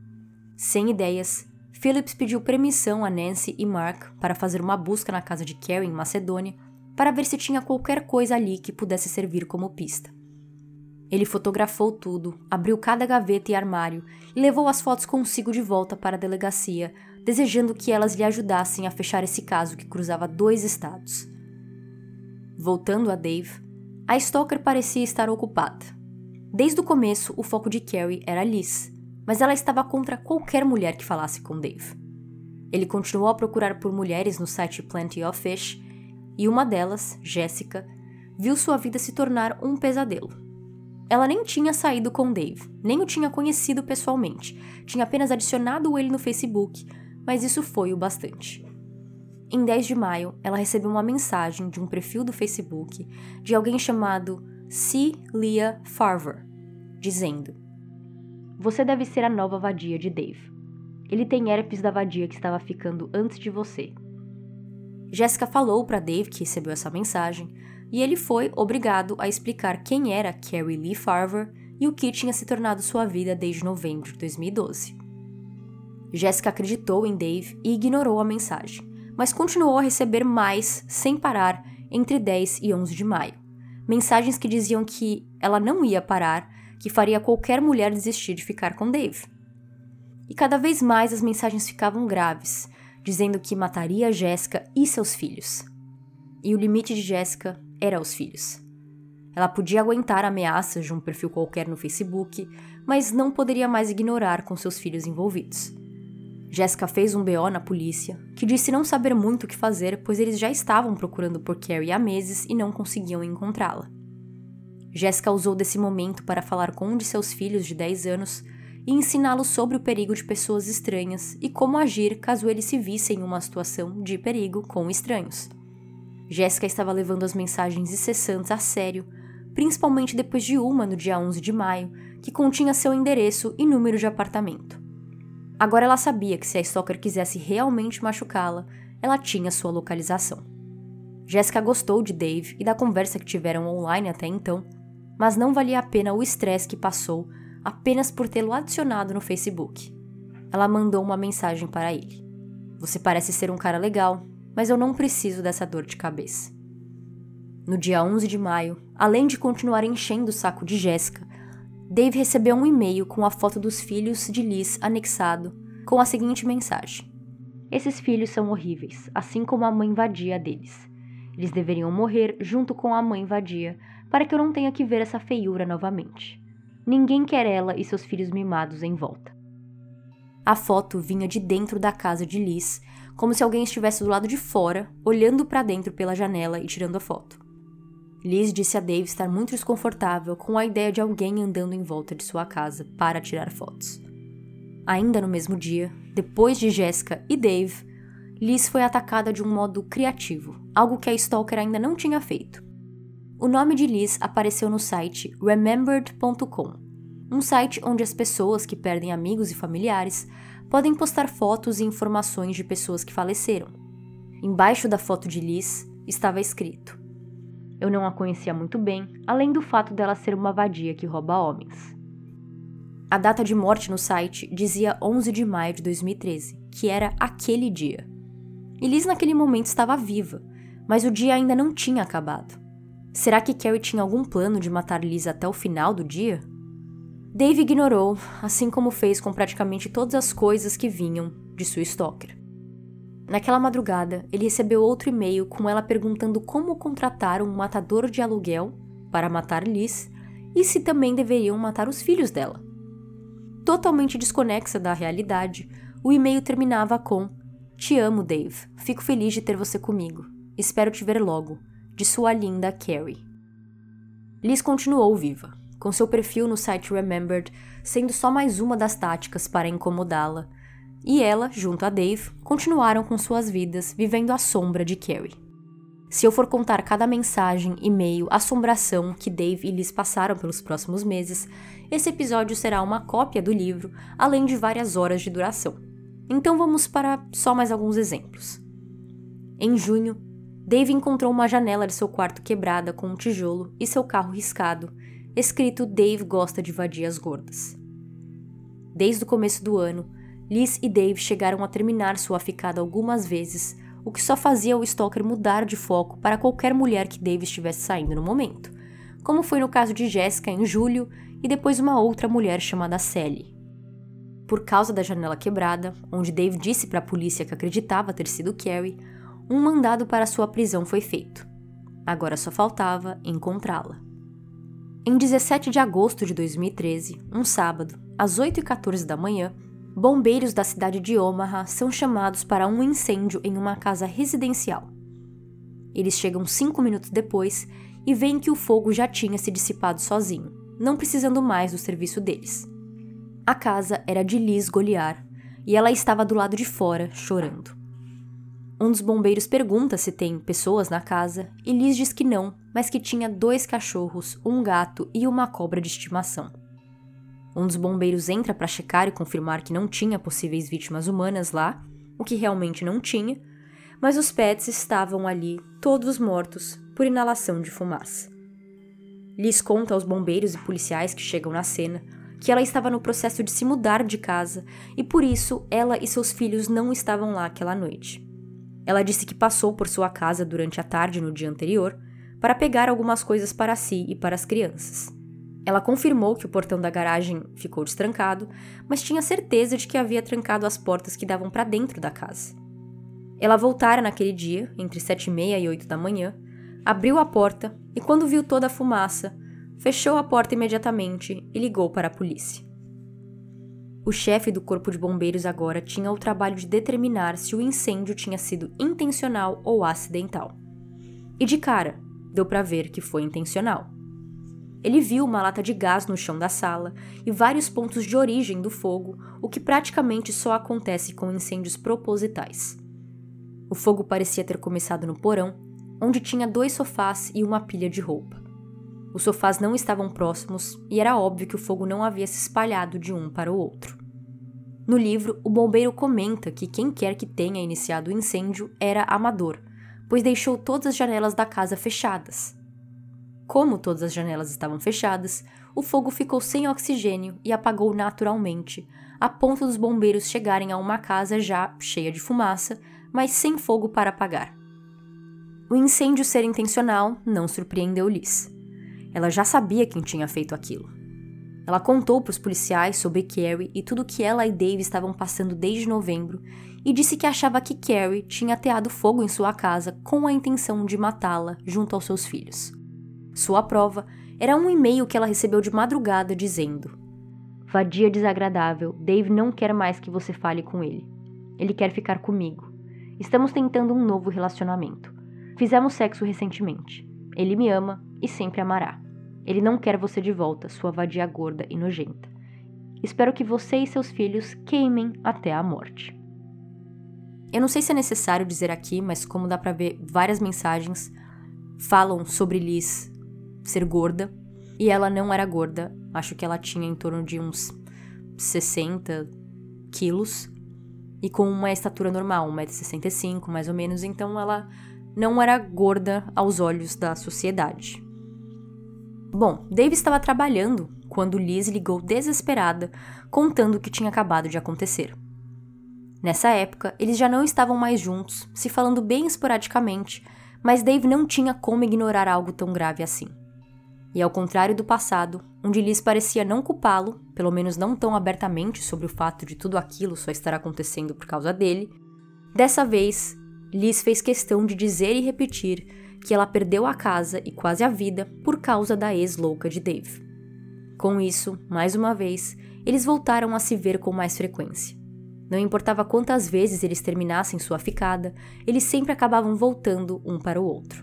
Sem ideias, Phillips pediu permissão a Nancy e Mark para fazer uma busca na casa de Carrie em Macedônia para ver se tinha qualquer coisa ali que pudesse servir como pista. Ele fotografou tudo, abriu cada gaveta e armário e levou as fotos consigo de volta para a delegacia, desejando que elas lhe ajudassem a fechar esse caso que cruzava 2 estados. Voltando a Dave, a stalker parecia estar ocupada. Desde o começo, o foco de Carrie era Liz, mas ela estava contra qualquer mulher que falasse com Dave. Ele continuou a procurar por mulheres no site Plenty of Fish e uma delas, Jessica, viu sua vida se tornar um pesadelo. Ela nem tinha saído com Dave, nem o tinha conhecido pessoalmente, tinha apenas adicionado ele no Facebook, mas isso foi o bastante. Em 10 de maio, ela recebeu uma mensagem de um perfil do Facebook de alguém chamado C. Leah Farver, dizendo: "Você deve ser a nova vadia de Dave. Ele tem herpes da vadia que estava ficando antes de você." Jessica falou para Dave que recebeu essa mensagem, e ele foi obrigado a explicar quem era Carrie Lee Farver e o que tinha se tornado sua vida desde novembro de 2012. Jessica acreditou em Dave e ignorou a mensagem, mas continuou a receber mais sem parar entre 10 e 11 de maio. Mensagens que diziam que ela não ia parar, que faria qualquer mulher desistir de ficar com Dave. E cada vez mais as mensagens ficavam graves, dizendo que mataria Jessica e seus filhos. E o limite de Jessica era os filhos. Ela podia aguentar ameaças de um perfil qualquer no Facebook, mas não poderia mais ignorar com seus filhos envolvidos. Jessica fez um BO na polícia, que disse não saber muito o que fazer, pois eles já estavam procurando por Carrie há meses e não conseguiam encontrá-la. Jessica usou desse momento para falar com um de seus filhos de 10 anos e ensiná-lo sobre o perigo de pessoas estranhas e como agir caso eles se vissem em uma situação de perigo com estranhos. Jessica estava levando as mensagens incessantes a sério, principalmente depois de uma no dia 11 de maio, que continha seu endereço e número de apartamento. Agora ela sabia que se a stalker quisesse realmente machucá-la, ela tinha sua localização. Jessica gostou de Dave e da conversa que tiveram online até então, mas não valia a pena o estresse que passou apenas por tê-lo adicionado no Facebook. Ela mandou uma mensagem para ele: "Você parece ser um cara legal, mas eu não preciso dessa dor de cabeça." No dia 11 de maio, além de continuar enchendo o saco de Jessica, Dave recebeu um e-mail com a foto dos filhos de Liz anexado, com a seguinte mensagem: esses filhos são horríveis, assim como a mãe vadia deles. Eles deveriam morrer junto com a mãe vadia, para que eu não tenha que ver essa feiura novamente. Ninguém quer ela e seus filhos mimados em volta. A foto vinha de dentro da casa de Liz, como se alguém estivesse do lado de fora, olhando para dentro pela janela e tirando a foto. Liz disse a Dave estar muito desconfortável com a ideia de alguém andando em volta de sua casa para tirar fotos. Ainda no mesmo dia, depois de Jessica e Dave, Liz foi atacada de um modo criativo, algo que a stalker ainda não tinha feito. O nome de Liz apareceu no site remembered.com, um site onde as pessoas que perdem amigos e familiares podem postar fotos e informações de pessoas que faleceram. Embaixo da foto de Liz estava escrito: eu não a conhecia muito bem, além do fato dela ser uma vadia que rouba homens. A data de morte no site dizia 11 de maio de 2013, que era aquele dia. E Liz naquele momento estava viva, mas o dia ainda não tinha acabado. Será que Carrie tinha algum plano de matar Liz até o final do dia? Dave ignorou, assim como fez com praticamente todas as coisas que vinham de sua stalker. Naquela madrugada, ele recebeu outro e-mail com ela perguntando como contratar um matador de aluguel para matar Liz e se também deveriam matar os filhos dela. Totalmente desconexa da realidade, o e-mail terminava com: te amo, Dave. Fico feliz de ter você comigo. Espero te ver logo. De sua linda Carrie. Liz continuou viva, com seu perfil no site Remembered sendo só mais uma das táticas para incomodá-la, e ela, junto a Dave, continuaram com suas vidas vivendo à sombra de Carrie. Se eu for contar cada mensagem, e-mail, assombração que Dave e Liz passaram pelos próximos meses, esse episódio será uma cópia do livro, além de várias horas de duração. Então vamos para só mais alguns exemplos. Em junho, Dave encontrou uma janela de seu quarto quebrada com um tijolo e seu carro riscado, escrito Dave gosta de vadias gordas. Desde o começo do ano, Liz e Dave chegaram a terminar sua ficada algumas vezes, o que só fazia o stalker mudar de foco para qualquer mulher que Dave estivesse saindo no momento, como foi no caso de Jessica em julho e depois uma outra mulher chamada Sally. Por causa da janela quebrada, onde Dave disse para a polícia que acreditava ter sido Carrie, um mandado para sua prisão foi feito. Agora só faltava encontrá-la. Em 17 de agosto de 2013, um sábado, às 8h14 da manhã, bombeiros da cidade de Omaha são chamados para um incêndio em uma casa residencial. Eles chegam 5 minutos depois e veem que o fogo já tinha se dissipado sozinho, não precisando mais do serviço deles. A casa era de Liz Goliar e ela estava do lado de fora, chorando. Um dos bombeiros pergunta se tem pessoas na casa e Liz diz que não, mas que tinha 2 cachorros, um gato e uma cobra de estimação. Um dos bombeiros entra para checar e confirmar que não tinha possíveis vítimas humanas lá, o que realmente não tinha, mas os pets estavam ali, todos mortos, por inalação de fumaça. Liz conta aos bombeiros e policiais que chegam na cena que ela estava no processo de se mudar de casa e por isso ela e seus filhos não estavam lá aquela noite. Ela disse que passou por sua casa durante a tarde no dia anterior para pegar algumas coisas para si e para as crianças. Ela confirmou que o portão da garagem ficou destrancado, mas tinha certeza de que havia trancado as portas que davam para dentro da casa. Ela voltara naquele dia, entre 7h30 e 8 da manhã, abriu a porta e quando viu toda a fumaça, fechou a porta imediatamente e ligou para a polícia. O chefe do corpo de bombeiros agora tinha o trabalho de determinar se o incêndio tinha sido intencional ou acidental. E de cara, deu para ver que foi intencional. Ele viu uma lata de gás no chão da sala e vários pontos de origem do fogo, o que praticamente só acontece com incêndios propositais. O fogo parecia ter começado no porão, onde tinha 2 sofás e uma pilha de roupa. Os sofás não estavam próximos e era óbvio que o fogo não havia se espalhado de um para o outro. No livro, o bombeiro comenta que quem quer que tenha iniciado o incêndio era amador, pois deixou todas as janelas da casa fechadas. Como todas as janelas estavam fechadas, o fogo ficou sem oxigênio e apagou naturalmente, a ponto dos bombeiros chegarem a uma casa já cheia de fumaça, mas sem fogo para apagar. O incêndio ser intencional não surpreendeu Liz. Ela já sabia quem tinha feito aquilo. Ela contou para os policiais sobre Carrie e tudo que ela e Dave estavam passando desde novembro e disse que achava que Carrie tinha ateado fogo em sua casa com a intenção de matá-la junto aos seus filhos. Sua prova era um e-mail que ela recebeu de madrugada dizendo: "Vadia desagradável, Dave não quer mais que você fale com ele. Ele quer ficar comigo. Estamos tentando um novo relacionamento. Fizemos sexo recentemente. Ele me ama e sempre amará. Ele não quer você de volta, sua vadia gorda e nojenta. Espero que você e seus filhos queimem até a morte." Eu não sei se é necessário dizer aqui, mas como dá pra ver, várias mensagens falam sobre Liz ser gorda, e ela não era gorda. Acho que ela tinha em torno de uns 60 quilos, e com uma estatura normal, 1,65 m mais ou menos, então ela não era gorda aos olhos da sociedade. Bom, Dave estava trabalhando quando Liz ligou desesperada, contando o que tinha acabado de acontecer. Nessa época, eles já não estavam mais juntos, se falando bem esporadicamente, mas Dave não tinha como ignorar algo tão grave assim. E ao contrário do passado, onde Liz parecia não culpá-lo, pelo menos não tão abertamente sobre o fato de tudo aquilo só estar acontecendo por causa dele, dessa vez, Liz fez questão de dizer e repetir que ela perdeu a casa e quase a vida por causa da ex-louca de Dave. Com isso, mais uma vez, eles voltaram a se ver com mais frequência. Não importava quantas vezes eles terminassem sua ficada, eles sempre acabavam voltando um para o outro.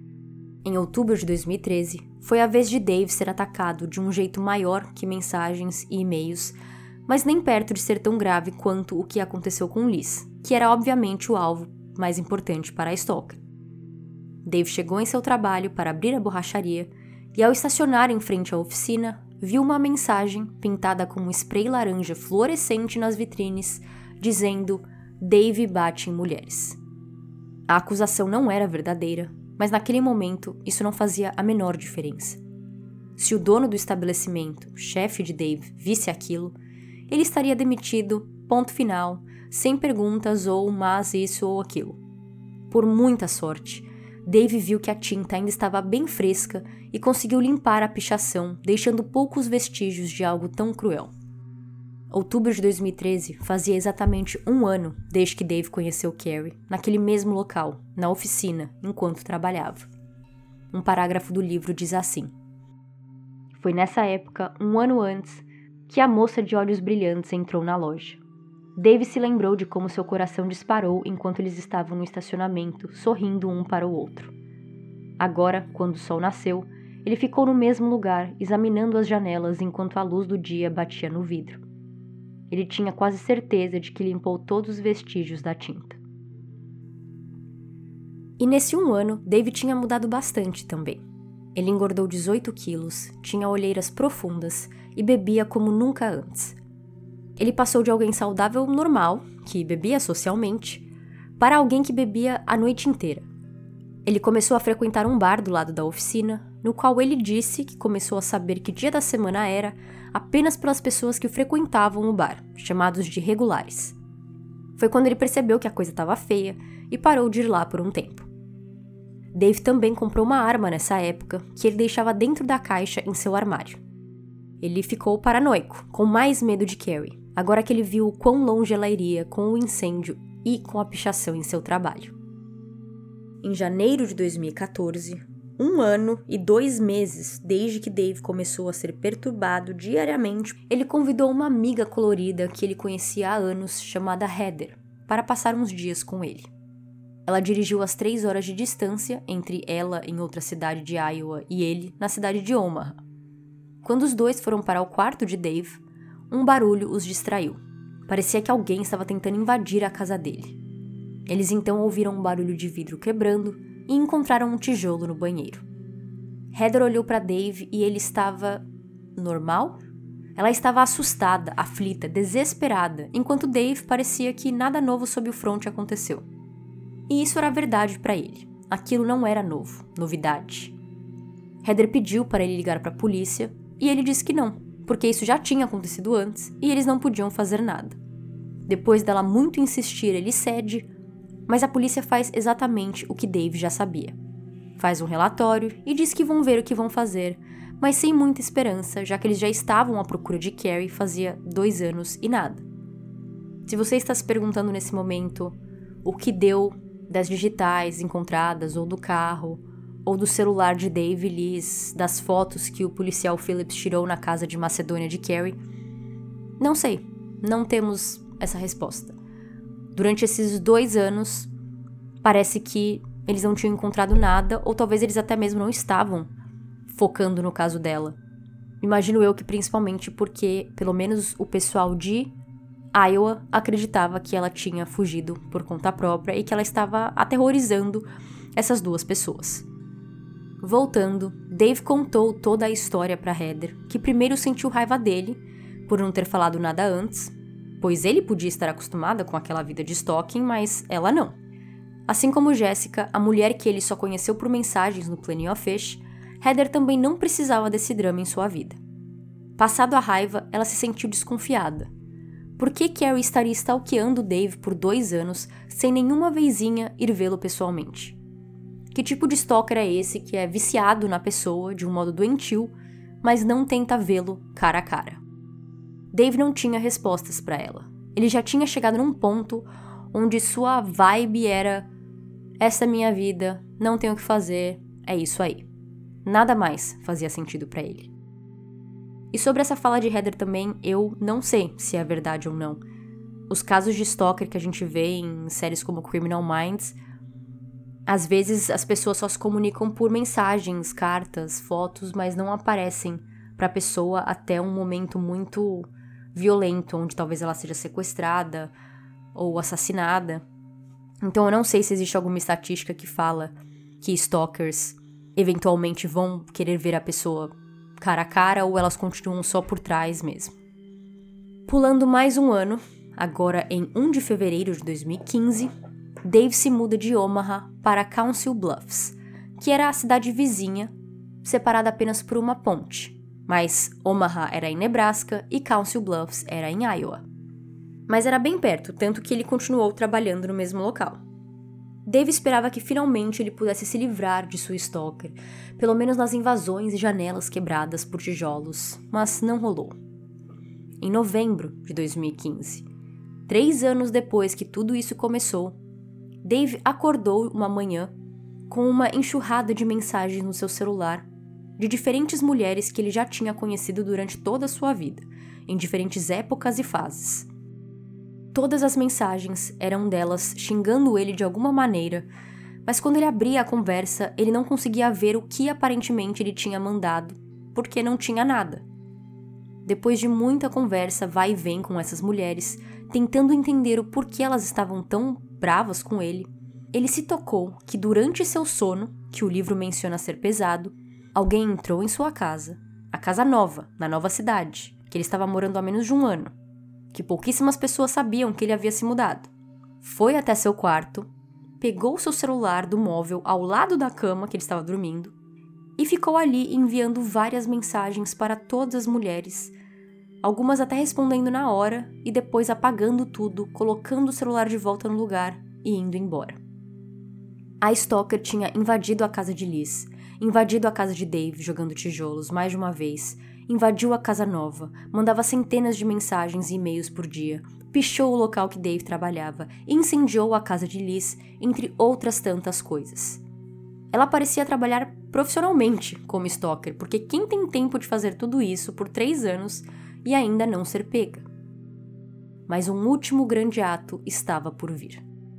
Em outubro de 2013, foi a vez de Dave ser atacado de um jeito maior que mensagens e e-mails, mas nem perto de ser tão grave quanto o que aconteceu com Liz, que era obviamente o alvo mais importante para a stalker. Dave chegou em seu trabalho para abrir a borracharia e, ao estacionar em frente à oficina, viu uma mensagem pintada com um spray laranja fluorescente nas vitrines, dizendo: "Dave bate em mulheres." A acusação não era verdadeira, mas naquele momento isso não fazia a menor diferença. Se o dono do estabelecimento, chefe de Dave, visse aquilo, ele estaria demitido, ponto final, sem perguntas ou mas isso ou aquilo. Por muita sorte, Dave viu que a tinta ainda estava bem fresca e conseguiu limpar a pichação, deixando poucos vestígios de algo tão cruel. Outubro de 2013 fazia exatamente 1 ano desde que Dave conheceu Carrie, naquele mesmo local, na oficina, enquanto trabalhava. Um parágrafo do livro diz assim: "Foi nessa época, 1 ano antes, que a moça de olhos brilhantes entrou na loja. Dave se lembrou de como seu coração disparou enquanto eles estavam no estacionamento, sorrindo um para o outro. Agora, quando o sol nasceu, ele ficou no mesmo lugar, examinando as janelas enquanto a luz do dia batia no vidro. Ele tinha quase certeza de que limpou todos os vestígios da tinta." E nesse 1 ano, Dave tinha mudado bastante também. Ele engordou 18 quilos, tinha olheiras profundas e bebia como nunca antes. Ele passou de alguém saudável normal, que bebia socialmente, para alguém que bebia a noite inteira. Ele começou a frequentar um bar do lado da oficina, no qual ele disse que começou a saber que dia da semana era apenas pelas pessoas que frequentavam o bar, chamados de regulares. Foi quando ele percebeu que a coisa estava feia e parou de ir lá por um tempo. Dave também comprou uma arma nessa época, que ele deixava dentro da caixa em seu armário. Ele ficou paranoico, com mais medo de Carrie, agora que ele viu o quão longe ela iria com o incêndio e com a pichação em seu trabalho. Em janeiro de 2014, 1 ano e 2 meses desde que Dave começou a ser perturbado diariamente, ele convidou uma amiga colorida que ele conhecia há anos, chamada Heather, para passar uns dias com ele. Ela dirigiu as 3 horas de distância entre ela em outra cidade de Iowa e ele na cidade de Omaha. Quando os dois foram para o quarto de Dave, um barulho os distraiu. Parecia que alguém estava tentando invadir a casa dele. Eles então ouviram um barulho de vidro quebrando e encontraram um tijolo no banheiro. Heather olhou para Dave e ele estava normal? Ela estava assustada, aflita, desesperada, enquanto Dave parecia que nada novo sob o fronte aconteceu. E isso era verdade para ele. Aquilo não era novo, novidade. Heather pediu para ele ligar para a polícia e ele disse que não, porque isso já tinha acontecido antes e eles não podiam fazer nada. Depois dela muito insistir, ele cede, mas a polícia faz exatamente o que Dave já sabia. Faz um relatório e diz que vão ver o que vão fazer, mas sem muita esperança, já que eles já estavam à procura de Carrie fazia 2 anos e nada. Se você está se perguntando nesse momento o que deu das digitais encontradas, ou do carro, ou do celular de Dave e Liz, das fotos que o policial Phillips tirou na casa de Macedônia de Carrie, não sei, não temos essa resposta. Durante esses 2 anos, parece que eles não tinham encontrado nada, ou talvez eles até mesmo não estavam focando no caso dela. Imagino eu que principalmente porque, pelo menos o pessoal de Iowa acreditava que ela tinha fugido por conta própria e que ela estava aterrorizando essas 2 pessoas. Voltando, Dave contou toda a história para Heather, que primeiro sentiu raiva dele por não ter falado nada antes, pois ele podia estar acostumada com aquela vida de stalking, mas ela não. Assim como Jessica, a mulher que ele só conheceu por mensagens no Plenty of Fish, Heather também não precisava desse drama em sua vida. Passado a raiva, ela se sentiu desconfiada. Por que Carrie estaria stalkeando Dave por 2 anos sem nenhuma vezinha ir vê-lo pessoalmente? Que tipo de stalker é esse que é viciado na pessoa de um modo doentio, mas não tenta vê-lo cara a cara? Dave não tinha respostas para ela. Ele já tinha chegado num ponto onde sua vibe era: essa é minha vida, não tenho o que fazer, é isso aí. Nada mais fazia sentido para ele. E sobre essa fala de Heather também, eu não sei se é verdade ou não. Os casos de stalker que a gente vê em séries como Criminal Minds, às vezes as pessoas só se comunicam por mensagens, cartas, fotos, mas não aparecem para a pessoa até um momento muito violento, onde talvez ela seja sequestrada ou assassinada. Então eu não sei se existe alguma estatística que fala que stalkers eventualmente vão querer ver a pessoa cara a cara ou elas continuam só por trás mesmo. Pulando mais um ano, agora em 1 de fevereiro de 2015, Dave se muda de Omaha para Council Bluffs, que era a cidade vizinha, separada apenas por uma ponte, mas Omaha era em Nebraska e Council Bluffs era em Iowa. Mas era bem perto, tanto que ele continuou trabalhando no mesmo local. Dave esperava que finalmente ele pudesse se livrar de sua stalker, pelo menos nas invasões e janelas quebradas por tijolos, mas não rolou. Em novembro de 2015, 3 anos depois que tudo isso começou, Dave acordou uma manhã com uma enxurrada de mensagens no seu celular de diferentes mulheres que ele já tinha conhecido durante toda a sua vida, em diferentes épocas e fases. Todas as mensagens eram delas xingando ele de alguma maneira, mas quando ele abria a conversa, ele não conseguia ver o que aparentemente ele tinha mandado, porque não tinha nada. Depois de muita conversa vai e vem com essas mulheres, tentando entender o porquê elas estavam tão bravas com ele, ele se tocou que durante seu sono, que o livro menciona ser pesado, alguém entrou em sua casa, a casa nova, na nova cidade, que ele estava morando há menos de 1 ano, que pouquíssimas pessoas sabiam que ele havia se mudado. Foi até seu quarto, pegou seu celular do móvel ao lado da cama que ele estava dormindo e ficou ali enviando várias mensagens para todas as mulheres, algumas até respondendo na hora e depois apagando tudo, colocando o celular de volta no lugar e indo embora. A stalker tinha invadido a casa de Liz, invadido a casa de Dave jogando tijolos mais de uma vez, invadiu a casa nova, mandava centenas de mensagens e e-mails por dia, pichou o local que Dave trabalhava, incendiou a casa de Liz, entre outras tantas coisas. Ela parecia trabalhar profissionalmente como stalker, porque quem tem tempo de fazer tudo isso por 3 anos e ainda não ser pega? Mas um último grande ato estava por vir.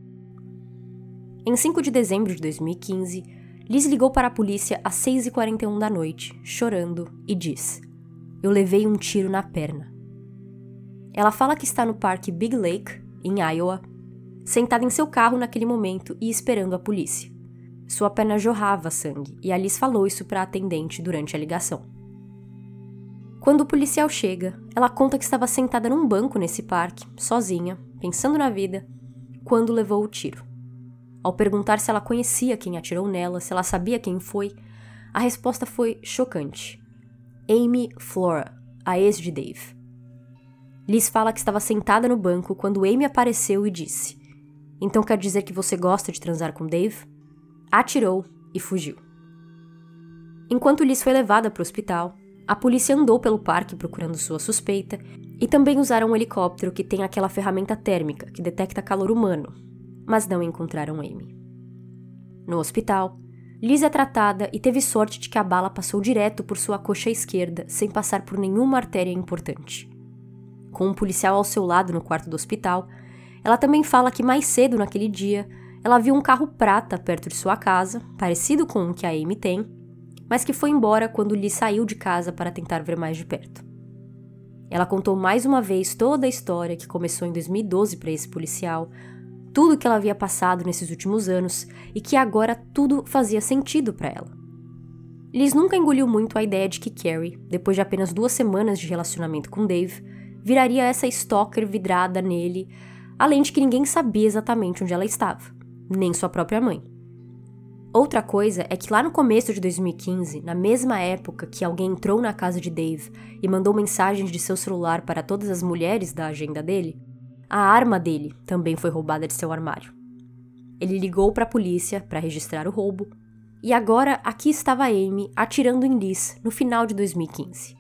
Em 5 de dezembro de 2015, Liz ligou para a polícia às 6h41 da noite, chorando, e diz: "Eu levei um tiro na perna." Ela fala que está no parque Big Lake, em Iowa, sentada em seu carro naquele momento e esperando a polícia. Sua perna jorrava sangue, e a Liz falou isso para a atendente durante a ligação. Quando o policial chega, ela conta que estava sentada num banco nesse parque, sozinha, pensando na vida, quando levou o tiro. Ao perguntar se ela conhecia quem atirou nela, se ela sabia quem foi, a resposta foi chocante. Amy Flora, a ex de Dave. Liz fala que estava sentada no banco quando Amy apareceu e disse: "Então quer dizer que você gosta de transar com Dave?" Atirou e fugiu. Enquanto Liz foi levada para o hospital, a polícia andou pelo parque procurando sua suspeita e também usaram um helicóptero que tem aquela ferramenta térmica que detecta calor humano, mas não encontraram Amy. No hospital, Liz é tratada e teve sorte de que a bala passou direto por sua coxa esquerda sem passar por nenhuma artéria importante. Com um policial ao seu lado no quarto do hospital, ela também fala que mais cedo naquele dia ela viu um carro prata perto de sua casa, parecido com o que a Amy tem, mas que foi embora quando Liz saiu de casa para tentar ver mais de perto. Ela contou mais uma vez toda a história que começou em 2012 para esse policial, tudo que ela havia passado nesses últimos anos e que agora tudo fazia sentido para ela. Liz nunca engoliu muito a ideia de que Carrie, depois de apenas 2 semanas de relacionamento com Dave, viraria essa stalker vidrada nele, além de que ninguém sabia exatamente onde ela estava, nem sua própria mãe. Outra coisa é que lá no começo de 2015, na mesma época que alguém entrou na casa de Dave e mandou mensagens de seu celular para todas as mulheres da agenda dele, a arma dele também foi roubada de seu armário. Ele ligou para a polícia para registrar o roubo, e agora aqui estava Amy atirando em Liz no final de 2015.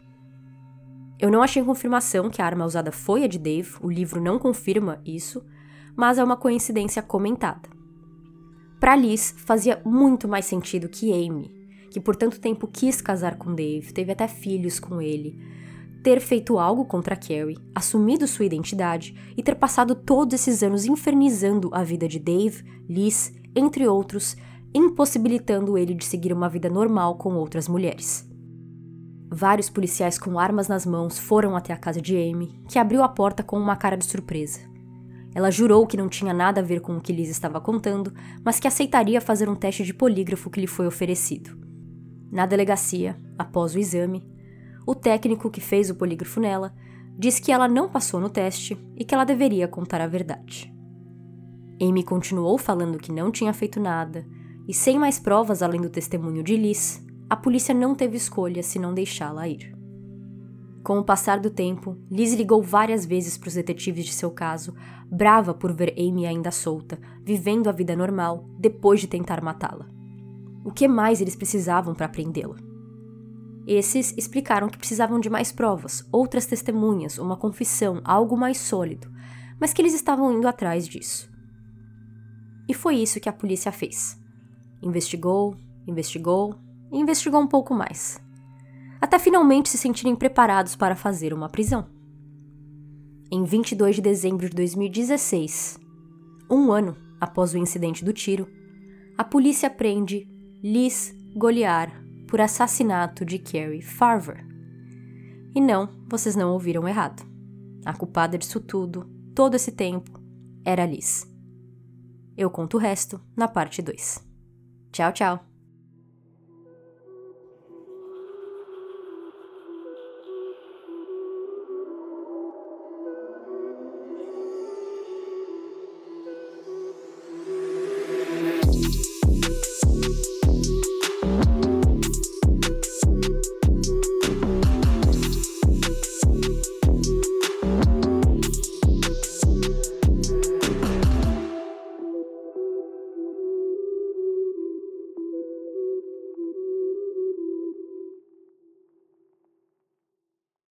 Eu não achei confirmação que a arma usada foi a de Dave, o livro não confirma isso, mas é uma coincidência comentada. Para Liz, fazia muito mais sentido que Amy, que por tanto tempo quis casar com Dave, teve até filhos com ele, ter feito algo contra Carrie, assumido sua identidade e ter passado todos esses anos infernizando a vida de Dave, Liz, entre outros, impossibilitando ele de seguir uma vida normal com outras mulheres. Vários policiais com armas nas mãos foram até a casa de Amy, que abriu a porta com uma cara de surpresa. Ela jurou que não tinha nada a ver com o que Liz estava contando, mas que aceitaria fazer um teste de polígrafo que lhe foi oferecido. Na delegacia, após o exame, o técnico que fez o polígrafo nela disse que ela não passou no teste e que ela deveria contar a verdade. Amy continuou falando que não tinha feito nada, e sem mais provas além do testemunho de Liz, a polícia não teve escolha senão deixá-la ir. Com o passar do tempo, Liz ligou várias vezes para os detetives de seu caso, brava por ver Amy ainda solta, vivendo a vida normal, depois de tentar matá-la. O que mais eles precisavam para prendê-la? Esses explicaram que precisavam de mais provas, outras testemunhas, uma confissão, algo mais sólido, mas que eles estavam indo atrás disso. E foi isso que a polícia fez. Investigou e investigou um pouco mais, até finalmente se sentirem preparados para fazer uma prisão. Em 22 de dezembro de 2016, um ano após o incidente do tiro, a polícia prende Liz Goliar por assassinato de Carrie Farver. E não, vocês não ouviram errado. A culpada disso tudo, todo esse tempo, era Liz. Eu conto o resto na parte 2. Tchau, tchau!